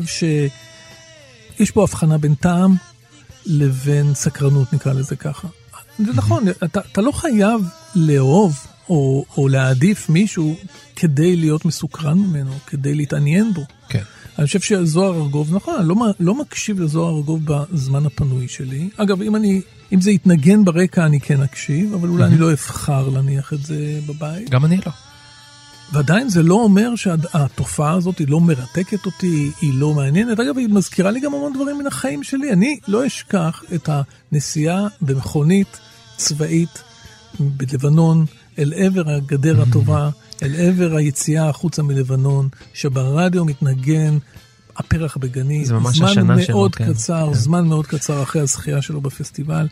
F: שיש פה הבחנה בין טעם לבין סקרנות, נקרא לזה ככה. זה נכון, אתה לא חייב לאהוב או, או להעדיף מישהו כדי להיות מסוקרן ממנו, כדי להתעניין בו.
E: כן.
F: אני חושב שזוהר ארגוב, נכון, אני לא, לא מקשיב לזוהר ארגוב בזמן הפנוי שלי. אגב, אם, אני, אם זה יתנגן ברקע, אני כן אקשיב, אבל אולי אני לא אבחר להניח את זה בבית.
E: גם אני לא.
F: ועדיין זה לא אומר שהתופעה הזאת היא לא מרתקת אותי, היא לא מעניינת. אגב, היא מזכירה לי גם המון דברים מן החיים שלי. אני לא אשכח את הנסיעה במכונית צבאית בלבנון, אל עבר הגדר הטובה, אל עבר היציאה החוצה מלבנון, שברדיו מתנגן הפרח בגני,
E: זה ממש השנה שלו,
F: מאוד קצר, כן. זמן מאוד קצר אחרי הזכייה שלו בפסטיבל,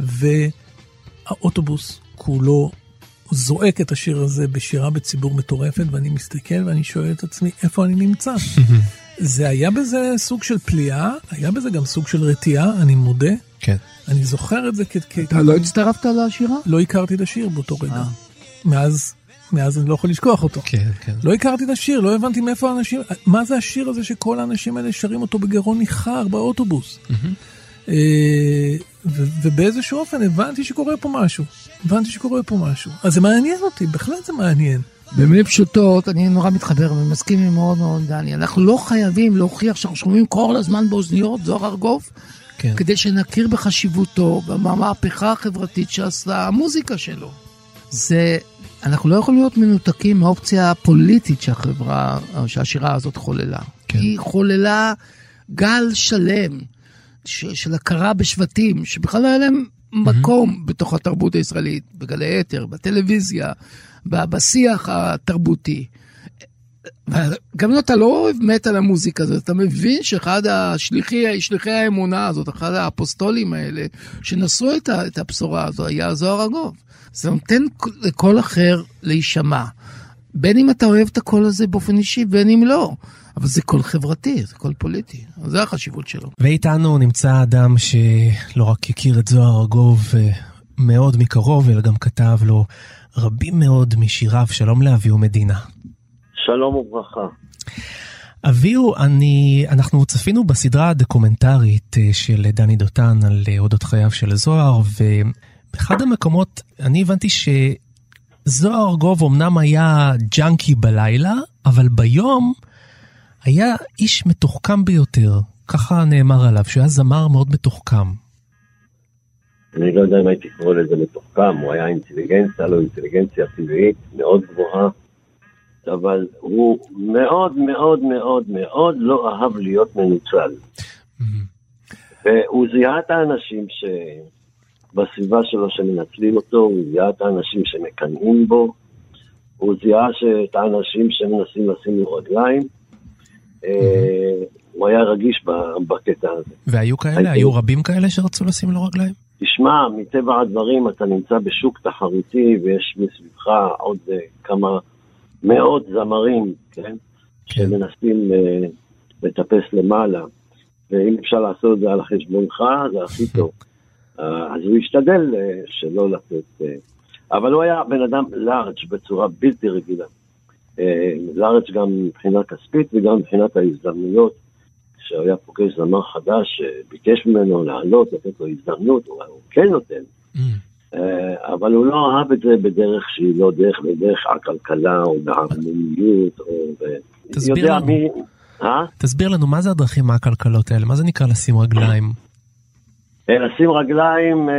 F: והאוטובוס כולו זועק את השיר הזה בשירה בציבור מטורפת, ואני מסתכל ואני שואל את עצמי, איפה אני נמצא? זה היה בזה סוג של פליאה, היה בזה גם סוג של רתיעה, אני מודה.
E: כן.
F: אני זוכר את זה כ...
G: אתה לא הצטרפת לשירה?
F: לא הכרתי את השיר באותו רגע. מאז, מאז אני לא יכול לשכוח אותו.
E: כן, כן.
F: לא הכרתי את השיר, לא הבנתי מאיפה האנשים... מה זה השיר הזה שכל האנשים האלה שרים אותו בגרון ניחר באוטובוס? ובאיזשהו אופן הבנתי שקורה פה משהו. הבנתי שקורה פה משהו. אז זה מעניין אותי, בהחלט זה מעניין.
G: במילים פשוטות, אני נורא מתחבר ומסכים עם מאוד מאוד דני. אנחנו לא חייבים להוכיח שאנחנו שומעים כל הזמן באוזניות, זוהר ארגוב, כן. כדי שנכיר בחשיבותו, במהפכה החברתית שעשה המוזיקה שלו. זה, אנחנו לא יכולים להיות מנותקים מהאופציה הפוליטית שהחברה, שהשירה הזאת חוללה. כן. היא חוללה גל שלם ש, של הכרה בשבטים, שבכלל לא היה להם מקום mm-hmm. בתוך התרבות הישראלית, בגלי יתר, בטלוויזיה, בשיח התרבותי. גם אם אתה לא אוהב מת על המוזיקה הזאת, אתה מבין שאחד השליחי, שליחי האמונה הזאת, אחד האפוסטולים האלה, שנשאו את, את הבשורה הזו, היה זוהר ארגוב. זה נותן לכל אחר להישמע. בין אם אתה אוהב את הקול הזה באופן אישי, בין אם לא. אבל זה קול חברתי, זה קול פוליטי. זה החשיבות שלו.
E: ואיתנו נמצא אדם שלא רק הכיר את זוהר ארגוב מאוד מקרוב, אלא גם כתב לו רבים מאוד משיריו. שלום לאביהו מדינה.
J: שלום וברכה.
E: אביהו, אני, אנחנו צפינו בסדרה הדוקומנטרית של דני דותן על אודות חייו של זוהר, ובאחד המקומות אני הבנתי שזוהר ארגוב אמנם היה ג'אנקי בלילה, אבל ביום היה איש מתוחכם ביותר. ככה נאמר עליו, שהוא היה זמר מאוד מתוחכם.
J: אני לא יודע אם הייתי קורא לזה מתוחכם, הוא היה אינטליגנציה, לא אינטליגנציה טבעית, מאוד גבוהה, אבל הוא מאוד מאוד מאוד מאוד לא אהב להיות מנוצל. והוא זיהה את האנשים שבסביבה שלו שמנצלים אותו, הוא זיהה את האנשים שמקנאים בו, הוא זיהה את האנשים שמנסים לשים לו רגליים, הוא היה רגיש בקטע הזה.
E: והיו כאלה? היו רבים כאלה שרצו לשים לו רגליים?
J: תשמע, מטבע הדברים אתה נמצא בשוק תחרותי, ויש מסביבך עוד כמה מאות זמרים, כן? שמנסים לטפס למעלה, ואם אפשר לעשות את זה על החשבונך, זה הכי טוב. אז הוא השתדל שלא לתת, אבל הוא היה בן אדם לארג' בצורה בלתי רגילה. לארג' גם מבחינה כספית וגם מבחינת ההזדמנויות, שהיה פוגש זמר חדש שביקש ממנו לעלות, לתת לו הזדמנות, הוא כן נותן. אבל הוא לא אהב את זה בדרך שהיא לא דרך, בדרך הכלכלה או בהרמוניות.
E: תסביר לנו, תסביר לנו מה זה הדרכים מהכלכלות האלה, מה זה נקרא לשים רגליים?
J: לשים רגליים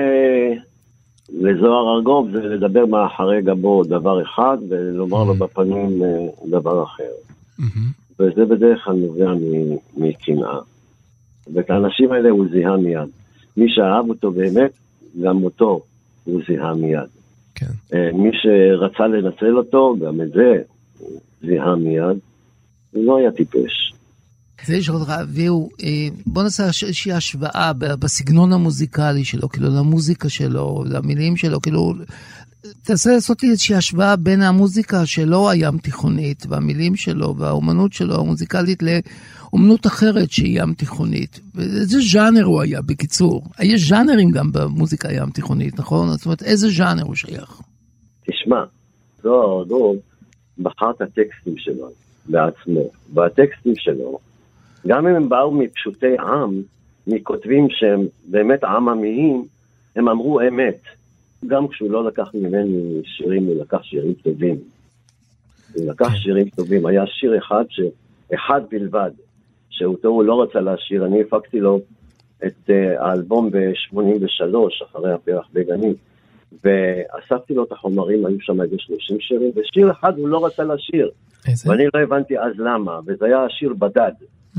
J: לזוהר ארגוב זה לדבר מאחורי גבו דבר אחד ולומר לו בפנים דבר אחר. וזה בדרך כלל נובע מקנאה. ואת האנשים האלה הוא זיהה מיד. מי שאהב אותו באמת, גם אותו הוא זיהה מיד. כן. מי שרצה לנצל אותו, גם את זה הוא זיהה מיד. הוא לא היה טיפש.
G: זה יש עוד רעביהו, בוא נעשה איזושהי השוואה בסגנון המוזיקלי שלו, כאילו למוזיקה שלו, למילים שלו, כאילו, תעשה לעשות לי איזושהי השוואה בין המוזיקה שלו הים תיכונית, והמילים שלו, והאומנות שלו המוזיקלית לאומנות אחרת שהיא ים תיכונית. ואיזה ז'אנר הוא היה, בקיצור? יש ז'אנרים גם במוזיקה הים תיכונית, נכון? זאת אומרת, איזה ז'אנר הוא שייך?
J: תשמע, זוהר ארגוב בחר את הטקסטים שלו בעצמו, והטקסטים שלו, גם אם הם באו מפשוטי עם, מכותבים שהם באמת עם עמיים, הם אמרו אמת. גם כשהוא לא לקח ממני שירים, הוא לקח שירים טובים. הוא לקח שירים טובים. היה שיר אחד, ש... אחד בלבד, שאותו הוא לא רצה להשאיר. אני הפקתי לו את uh, האלבום ב-שמונים ושלוש, אחרי הפרח בגני, ואספתי לו את החומרים, היו שם איזה שלושים שירים, ושיר אחד הוא לא רצה להשאיר. איזה? ואני לא הבנתי אז למה, וזה היה השיר בדד.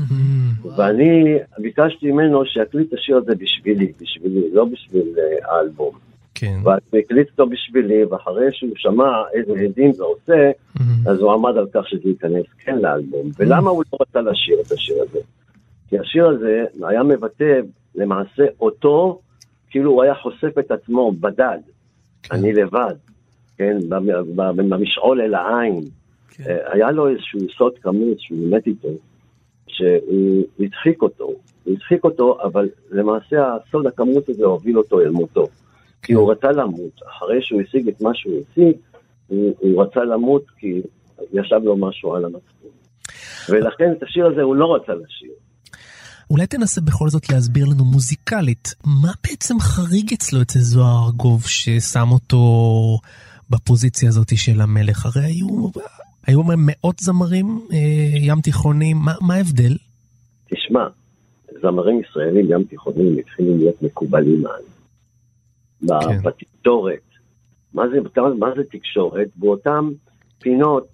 J: ואני ביקשתי ממנו שיקליט את השיר הזה בשבילי, בשבילי, לא בשביל האלבום. ואני הקליט אותו בשבילי, ואחרי שהוא שמע איזה הדים זה עושה, אז הוא עמד על כך שזה ייכנס כן לאלבום. ולמה הוא לא רצה לשיר את השיר הזה? כי השיר הזה היה מבטא למעשה אותו, כאילו הוא היה חושף את עצמו בדד, אני לבד, כן, במשעול אל העין. היה לו איזשהו סוד כמוס שהוא מת איתו, שהוא הדחיק אותו, הוא הדחיק אותו, אבל למעשה הסוד הכמות הזה הוביל אותו אל מותו. כי הוא רצה למות, אחרי שהוא השיג את מה שהוא השיג, הוא, הוא רצה למות כי ישב לו משהו על המצפון. ולכן את השיר הזה הוא לא רצה לשיר.
E: אולי תנסה בכל זאת להסביר לנו מוזיקלית, מה בעצם חריג אצלו אצל זוהר ארגוב ששם אותו בפוזיציה הזאת של המלך? הרי היו... היו מאות זמרים ים תיכונים, מה, מה ההבדל?
J: תשמע, זמרים ישראלים ים תיכונים התחילו להיות מקובלים על. כן. בתקשורת. מה זה, מה זה תקשורת? באותם פינות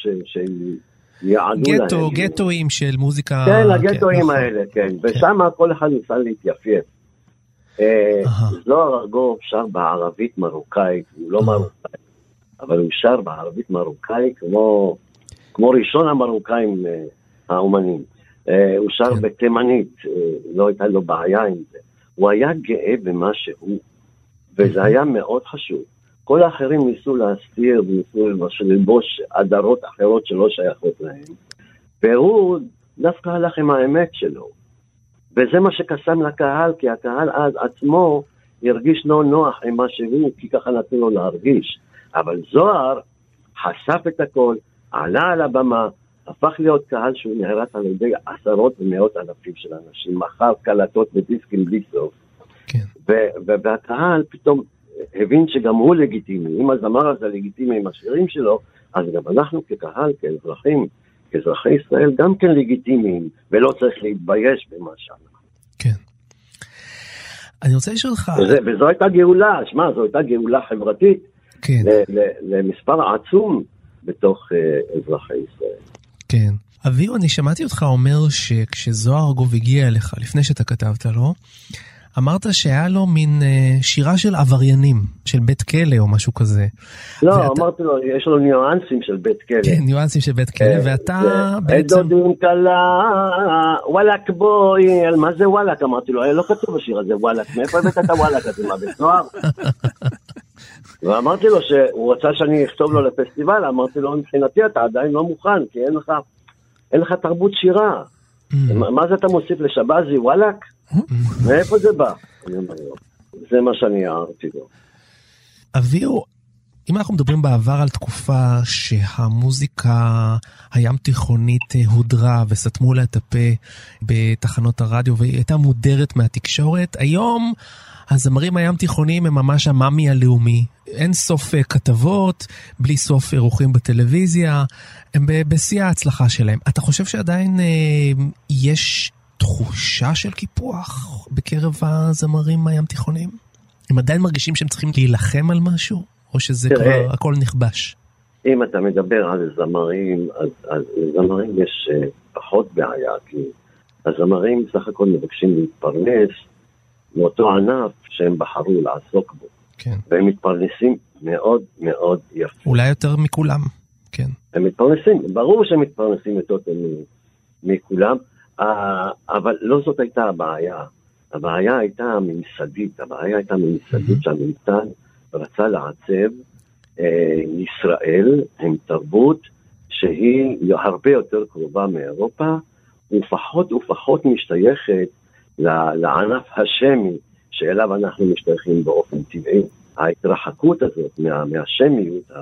J: שיעדו להם.
E: גטו, גטואים של מוזיקה.
J: כן, הגטואים כן, האלה, כן. כן. ושם כל אחד ניסה להתייפייף. זוהר ארגוב שר בערבית מרוקאית, הוא לא מרוקאי. אבל הוא שר בערבית מרוקאי כמו, כמו ראשון המרוקאים האומנים. הוא שר בתימנית, לא הייתה לו בעיה עם זה. הוא היה גאה במה שהוא, וזה היה מאוד חשוב. כל האחרים ניסו להסתיר, וניסו ללבוש עדרות אחרות שלא שייכות להם, והוא דווקא הלך עם האמת שלו. וזה מה שקסם לקהל, כי הקהל אז עצמו הרגיש לא נוח עם מה שהוא, כי ככה נתנו לו להרגיש. אבל זוהר חשף את הכל, עלה על הבמה, הפך להיות קהל שהוא נהרס על ידי עשרות ומאות אלפים של אנשים, מחר קלטות ודיסקים בלי סוף.
E: כן.
J: והקהל פתאום הבין שגם הוא לגיטימי. אם הזמר הזה לגיטימי עם השירים שלו, אז גם אנחנו כקהל, כאזרחים, כאזרחי ישראל, גם כן לגיטימיים, ולא צריך להתבייש במה שאנחנו.
E: כן. אני רוצה לשאול לך...
J: וזה, וזו הייתה גאולה, שמה, זו הייתה גאולה חברתית,
E: כן.
J: ל, ל, למספר עצום בתוך uh, אזרחי ישראל.
E: כן. אביו, אני שמעתי אותך אומר שכשזוהר ארגוב הגיע אליך, לפני שאתה כתבת לו, אמרת שהיה לו מין uh, שירה של עבריינים, של בית כלא או משהו כזה.
J: לא,
E: ואתה...
J: אמרתי לו, יש לו ניואנסים של בית כלא.
E: כן, ניואנסים של בית כלא, ואתה בעצם...
J: דודים קלה, וואלק בואי, מה זה וואלק? אמרתי לו, לא כתוב בשיר הזה וואלק, מאיפה הבאת את הוואלק הזה, מה בצוהר? ואמרתי לו שהוא רצה שאני אכתוב לו לפסטיבל, אמרתי לו, מבחינתי אתה עדיין לא מוכן, כי אין לך, אין לך תרבות שירה. מה זה אתה מוסיף לשבזי, וואלק? מאיפה זה בא? זה מה שאני הערתי לו.
E: אביו, אם אנחנו מדברים בעבר על תקופה שהמוזיקה הים תיכונית הודרה וסתמו לה את הפה בתחנות הרדיו והיא הייתה מודרת מהתקשורת, היום הזמרים הים תיכוניים הם ממש המאמי הלאומי. אין סוף כתבות, בלי סוף אירוחים בטלוויזיה, הם בשיא ההצלחה שלהם. אתה חושב שעדיין אה, יש תחושה של קיפוח בקרב הזמרים הים תיכוניים? הם עדיין מרגישים שהם צריכים להילחם על משהו? או שזה
J: תראה,
E: כבר הכל נכבש?
J: אם אתה מדבר על זמרים, אז, אז זמרים יש uh, פחות בעיה, כי הזמרים סך הכל מבקשים להתפרנס מאותו ענף שהם בחרו לעסוק בו.
E: כן.
J: והם מתפרנסים מאוד מאוד יפה.
E: אולי יותר מכולם, כן.
J: הם מתפרנסים, ברור שהם מתפרנסים יותר מכולם, אבל לא זאת הייתה הבעיה. הבעיה הייתה ממסדית, הבעיה הייתה ממסדית שהממסד רצה לעצב אה, ישראל עם תרבות שהיא הרבה יותר קרובה מאירופה, ופחות ופחות משתייכת לענף השמי שאליו אנחנו משתייכים באופן טבעי. ההתרחקות הזאת מה, מהשמיות,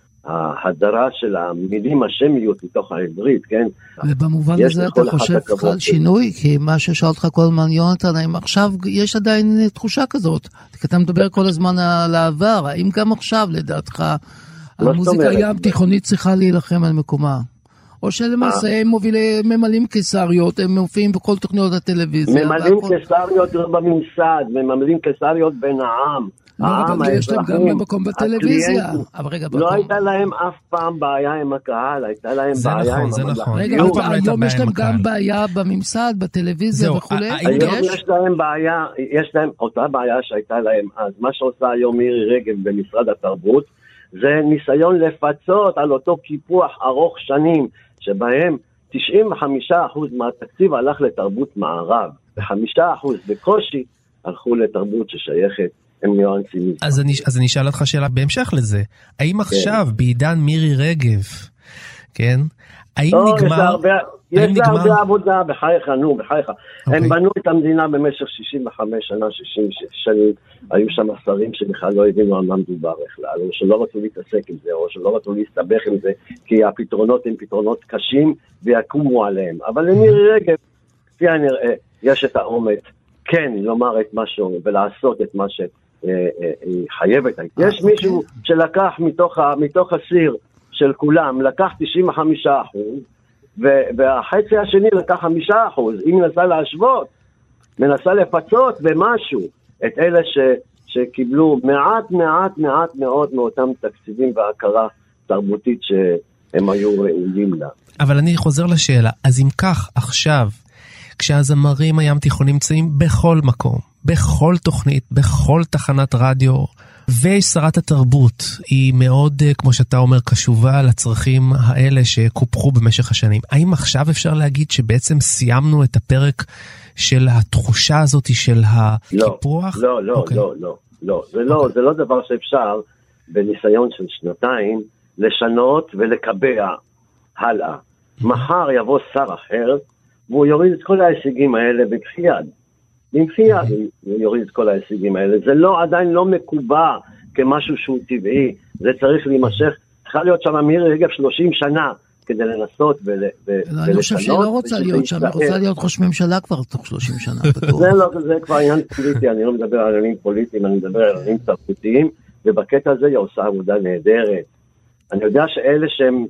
J: ההדרה של המילים השמיות מתוך העברית, כן?
G: ובמובן הזה אתה חושב חל שינוי? כי מה ששאל אותך כל הזמן יונתן, האם עכשיו יש עדיין תחושה כזאת? כי אתה מדבר כל הזמן על העבר, האם גם עכשיו לדעתך המוזיקה הים תיכונית צריכה להילחם על מקומה? או שלמעשה הם מובילי ממלאים קיסריות, הם מופיעים בכל תוכניות הטלוויזיה.
J: ממלאים קיסריות לא בממסד, ממלאים קיסריות בין העם.
G: לא, אבל יש להם גם במקום בטלוויזיה.
J: לא הייתה להם אף פעם בעיה עם הקהל, הייתה להם בעיה עם
E: זה נכון.
G: רגע, היום יש להם גם בעיה בממסד, בטלוויזיה וכולי.
J: היום יש להם בעיה, יש להם אותה בעיה שהייתה להם אז. מה שעושה היום מירי רגב במשרד התרבות, זה ניסיון לפצות על אותו קיפוח ארוך שנים, שבהם תשעים וחמישה אחוז מהתקציב הלך לתרבות מערב, ו-חמישה אחוז בקושי הלכו לתרבות ששייכת עם ניואנסים.
E: אז אני, אז אני אשאל אותך שאלה בהמשך לזה. האם כן. עכשיו, בעידן מירי רגב, כן? האם
J: לא,
E: נגמר...
J: יש לה הרבה, יש לה הרבה עבודה, בחייך, נו, בחייך. Okay. הם בנו את המדינה במשך שישים וחמש שנה, שישים שנים, היו שם שרים שבכלל לא הבינו על מה מדובר בכלל, או שלא רצו להתעסק עם זה, או שלא רצו להסתבך עם זה, כי הפתרונות הם פתרונות קשים, ויקומו עליהם. אבל למירי רגב, כפי הנראה, יש את האומץ, כן, לומר את משהו, ולעשות את מה שהיא חייבת. יש מישהו שלקח מתוך הסיר של כולם, לקח תשעים וחמישה אחוז, והחצי השני לקח חמישה אחוז. היא מנסה להשוות, מנסה לפצות במשהו את אלה ש, שקיבלו מעט מעט מעט מאוד מאותם תקציבים והכרה תרבותית שהם היו ראויים לה. אבל
E: אני חוזר לשאלה, אז אם כך עכשיו, כשהזמרים הים תיכונים נמצאים בכל מקום, בכל תוכנית, בכל תחנת רדיו, ושרת התרבות היא מאוד, כמו שאתה אומר, קשובה לצרכים האלה שקופחו במשך השנים. האם עכשיו אפשר להגיד שבעצם סיימנו את הפרק של התחושה הזאת של הקיפוח?
J: לא, לא,
E: okay.
J: לא, לא, לא. זה לא, okay. זה לא דבר שאפשר, בניסיון של שנתיים, לשנות ולקבע הלאה. מחר יבוא שר אחר, והוא יוריד את כל ההישגים האלה בכפי יד. בכפי יד הוא יוריד את כל ההישגים האלה. זה לא, עדיין לא מקובע כמשהו שהוא טבעי, זה צריך להימשך. צריכה להיות שם מירי רגב שלושים שנה, כדי לנסות ולשנות.
G: אני חושב שהיא לא רוצה להיות שם, היא רוצה להיות ראש ממשלה כבר תוך שלושים שנה.
J: זה כבר עניין פוליטי, אני לא מדבר על עניינים פוליטיים, אני מדבר על עניינים תרבותיים, ובקטע הזה היא עושה עבודה נהדרת. אני יודע שאלה שהם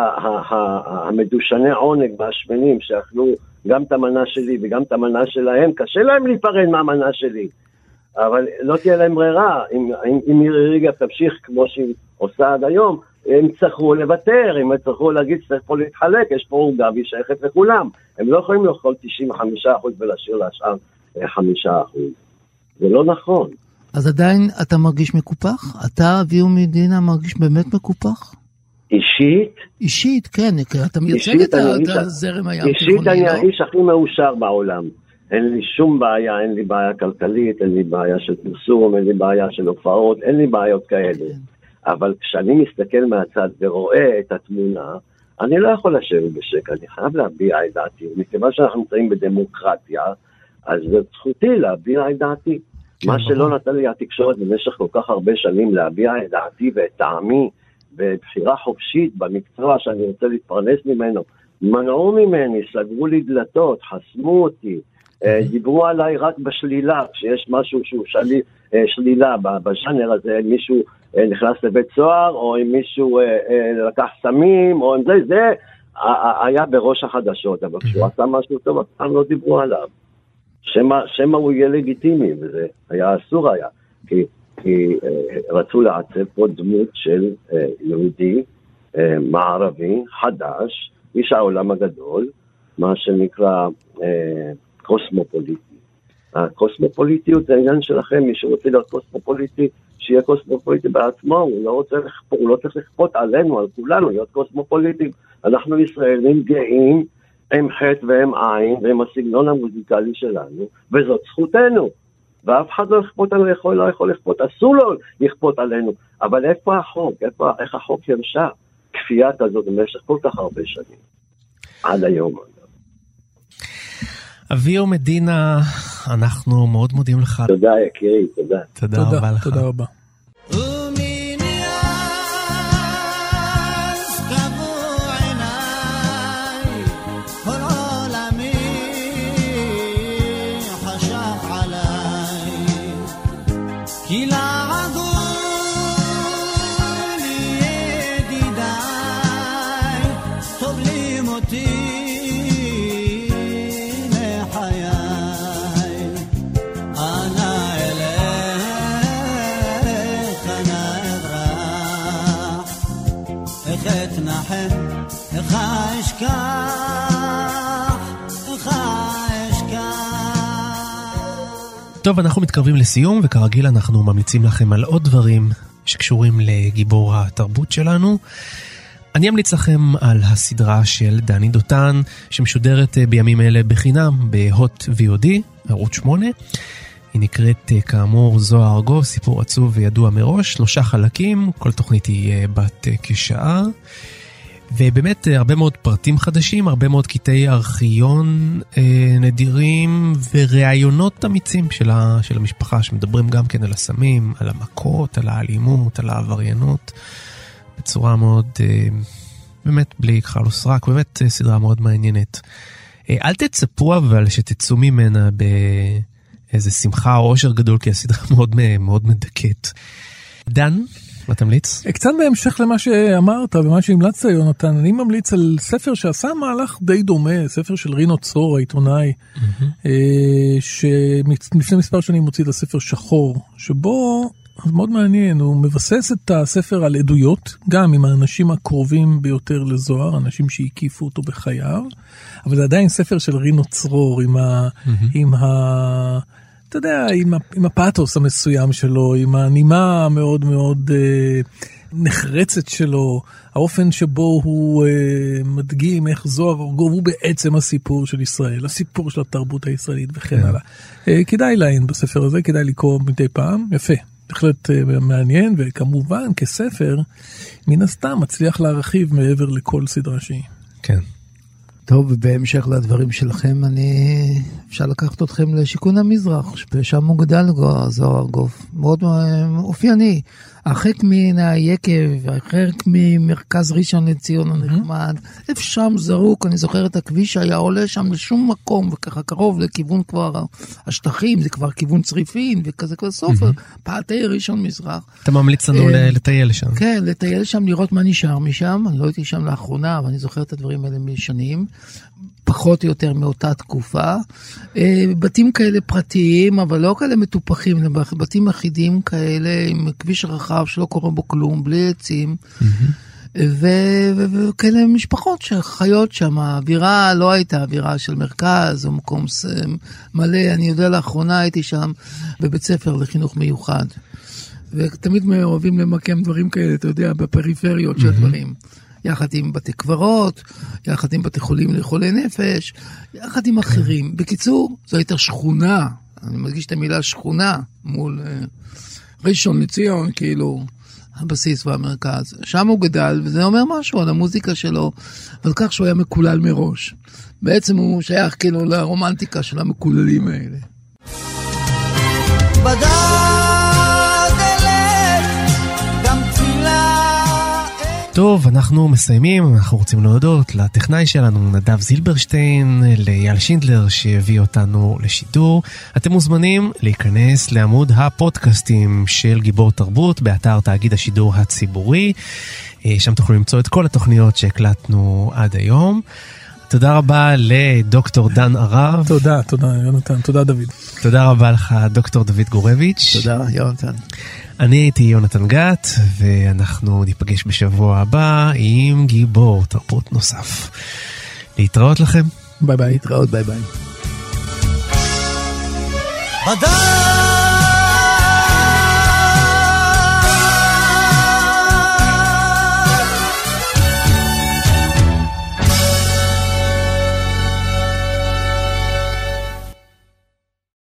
J: המדושני עונג והשמנים, שאכלו גם את המנה שלי וגם את המנה שלהם, קשה להם להיפרד מהמנה שלי. אבל לא תהיה להם ברירה, אם מירי רגב תמשיך כמו שהיא עושה עד היום, הם צריכו לוותר, הם צריכו להגיד שצריכו להתחלק, יש פה עוגה והיא שייכת לכולם. הם לא יכולים לאכול תשעים וחמישה אחוז ולהשאיר להשאר חמישה אחוז. זה לא נכון.
G: אז עדיין אתה מרגיש מקופח? אתה, אביהו מדינה, מרגיש באמת מקופח?
J: אישית?
G: אישית, כן, אתה מייצג את הזרם הים.
J: אישית אני האיש הכי מאושר בעולם. אין לי שום בעיה, אין לי בעיה כלכלית, אין לי בעיה של פרסום, אין לי בעיה של הופעות, אין לי בעיות כאלה. אבל כשאני מסתכל מהצד ורואה את התמונה, אני לא יכול לשבת בשקט, אני חייב להביע את דעתי. מכיוון שאנחנו נמצאים בדמוקרטיה, אז זו זכותי להביע את דעתי. מה שלא נתן לי התקשורת במשך כל כך הרבה שנים להביע את דעתי ואת טעמי, בבחירה חופשית במקצוע שאני רוצה להתפרנס ממנו, מנעו ממני, סגרו לי דלתות, חסמו אותי, דיברו עליי רק בשלילה, כשיש משהו שהוא שלי, שלילה בז'אנר הזה, מישהו נכנס לבית סוהר, או אם מישהו לקח סמים, או אם זה, זה היה בראש החדשות, אבל כשהוא עשה משהו טוב, אתם לא דיברו עליו. שמה, שמה הוא יהיה לגיטימי, וזה היה אסור היה, כי, כי רצו לעצב פה דמות של יהודי, מערבי, חדש, איש העולם הגדול, מה שנקרא קוסמופוליטי. הקוסמופוליטיות זה העניין שלכם, מי שרוצה להיות קוסמופוליטי, שיהיה קוסמופוליטי בעצמו, הוא לא רוצה לכפות, הוא לא צריך לכפות עלינו, על כולנו, להיות קוסמופוליטים. אנחנו ישראלים גאים, הם חטא והם עין, והם הסגנון המוזיקלי שלנו, וזאת זכותנו. ואף אחד לא יכפות עלינו, יכול, לא יכול לכפות, אסור לו לכפות עלינו. אבל איפה החוק? איפה, איך החוק ימשה? כפייה כזאת במשך כל כך הרבה שנים. עד היום.
E: אביהו מדינה, אנחנו מאוד מודים לך.
J: תודה יקירי, תודה.
E: תודה רבה לך.
F: תודה רבה.
E: טוב, אנחנו מתקרבים לסיום, וכרגיל אנחנו ממליצים לכם על עוד דברים שקשורים לגיבור התרבות שלנו. אני אמליץ לכם על הסדרה של דני דותן, שמשודרת בימים אלה בחינם בהוט וי או די, ערוץ שמונה. היא נקראת כאמור זוהר ארגוב, סיפור עצוב וידוע מראש, שלושה חלקים, כל תוכנית היא בת כשעה. ובאמת הרבה מאוד פרטים חדשים, הרבה מאוד קטעי ארכיון אה, נדירים וראיונות אמיצים של, ה, של המשפחה, שמדברים גם כן על הסמים, על המכות, על האלימות, על העבריינות, בצורה מאוד, אה, באמת בלי כחל וסרק, באמת אה, סדרה מאוד מעניינת. אה, אל תצפו אבל שתצאו ממנה באיזה שמחה או אושר גדול, כי הסדרה מאוד, מאוד מדכאת. דן? מה תמליץ?
F: קצת בהמשך למה שאמרת ומה שהמלצת יונתן, אני ממליץ על ספר שעשה מהלך די דומה, ספר של רינו צרור, העיתונאי, שלפני מספר שנים מוציא את הספר שחור, שבו, זה מאוד מעניין, הוא מבסס את הספר על עדויות, גם עם האנשים הקרובים ביותר לזוהר, אנשים שהקיפו אותו בחייו, אבל זה עדיין ספר של רינו צרור, עם ה... עם ה... אתה יודע, עם, עם הפאתוס המסוים שלו, עם הנימה המאוד מאוד אה, נחרצת שלו, האופן שבו הוא אה, מדגים איך זוהר ארגוב הוא בעצם הסיפור של ישראל, הסיפור של התרבות הישראלית וכן הלאה. אה, כדאי לעין בספר הזה, כדאי לקרוא מדי פעם, יפה. בהחלט מעניין, וכמובן כספר, מן הסתם מצליח להרחיב מעבר לכל סדרה שהיא.
E: כן.
G: טוב, ובהמשך לדברים שלכם, אני אפשר לקחת אתכם לשיקון המזרח, ששם הוא גדל זוהר ארגוב, מאוד אופייני, הרחק מן היקב, הרחק ממרכז ראשון לציון הנחמד, איפה שם זרוק, אני זוכר את הכביש שהיה עולה שם לשום מקום, וככה קרוב לכיוון כבר השטחים, זה כבר כיוון צריפין, וכזה כזה סופר, פעתי ראשון מזרח.
E: אתה ממליץ לנו לטייל שם.
G: כן, לטייל שם, לראות מה נשאר משם, אני לא הייתי שם לאחרונה, אבל אני זוכר את הדברים האלה משנים, פחות או יותר מאותה תקופה, בתים כאלה פרטיים, אבל לא כאלה מטופחים, בתים אחידים כאלה, עם כביש רחב שלא קורה בו כלום, בלי עצים, וכאלה משפחות שחיות שם, האווירה לא הייתה אווירה של מרכז, או מקום מלא, אני יודע לאחרונה הייתי שם בבית ספר לחינוך מיוחד, ותמיד אוהבים למקם דברים כאלה, אתה יודע, בפריפריות של דברים. יחד עם בתי קברות, יחד עם בתי חולים לחולי נפש, יחד עם אחרים. בקיצור, זו הייתה שכונה, אני מדגיש את המילה שכונה, מול ראשון לציון, כאילו, הבסיס והמרכז. שם הוא גדל, וזה אומר משהו על המוזיקה שלו, ועל כך שהוא היה מקולל מראש. בעצם הוא שייך כאילו לרומנטיקה של המקוללים האלה.
E: טוב, אנחנו מסיימים, אנחנו רוצים להודות לטכנאי שלנו, נדב זילברשטיין, לאייל שינדלר שהביא אותנו לשידור. אתם מוזמנים להיכנס לעמוד הפודקאסטים של גיבור תרבות באתר תאגיד השידור הציבורי, שם תוכלו למצוא את כל התוכניות שהקלטנו עד היום. תודה רבה לדוקטור דן ערב.
F: תודה, תודה יונתן, תודה דוד.
E: תודה רבה לך דוקטור דוד גורביץ'.
G: תודה יונתן.
E: אני הייתי יונתן גת, ואנחנו ניפגש בשבוע הבא עם גיבור תרבות נוסף. להתראות לכם.
F: ביי ביי.
G: להתראות, ביי ביי.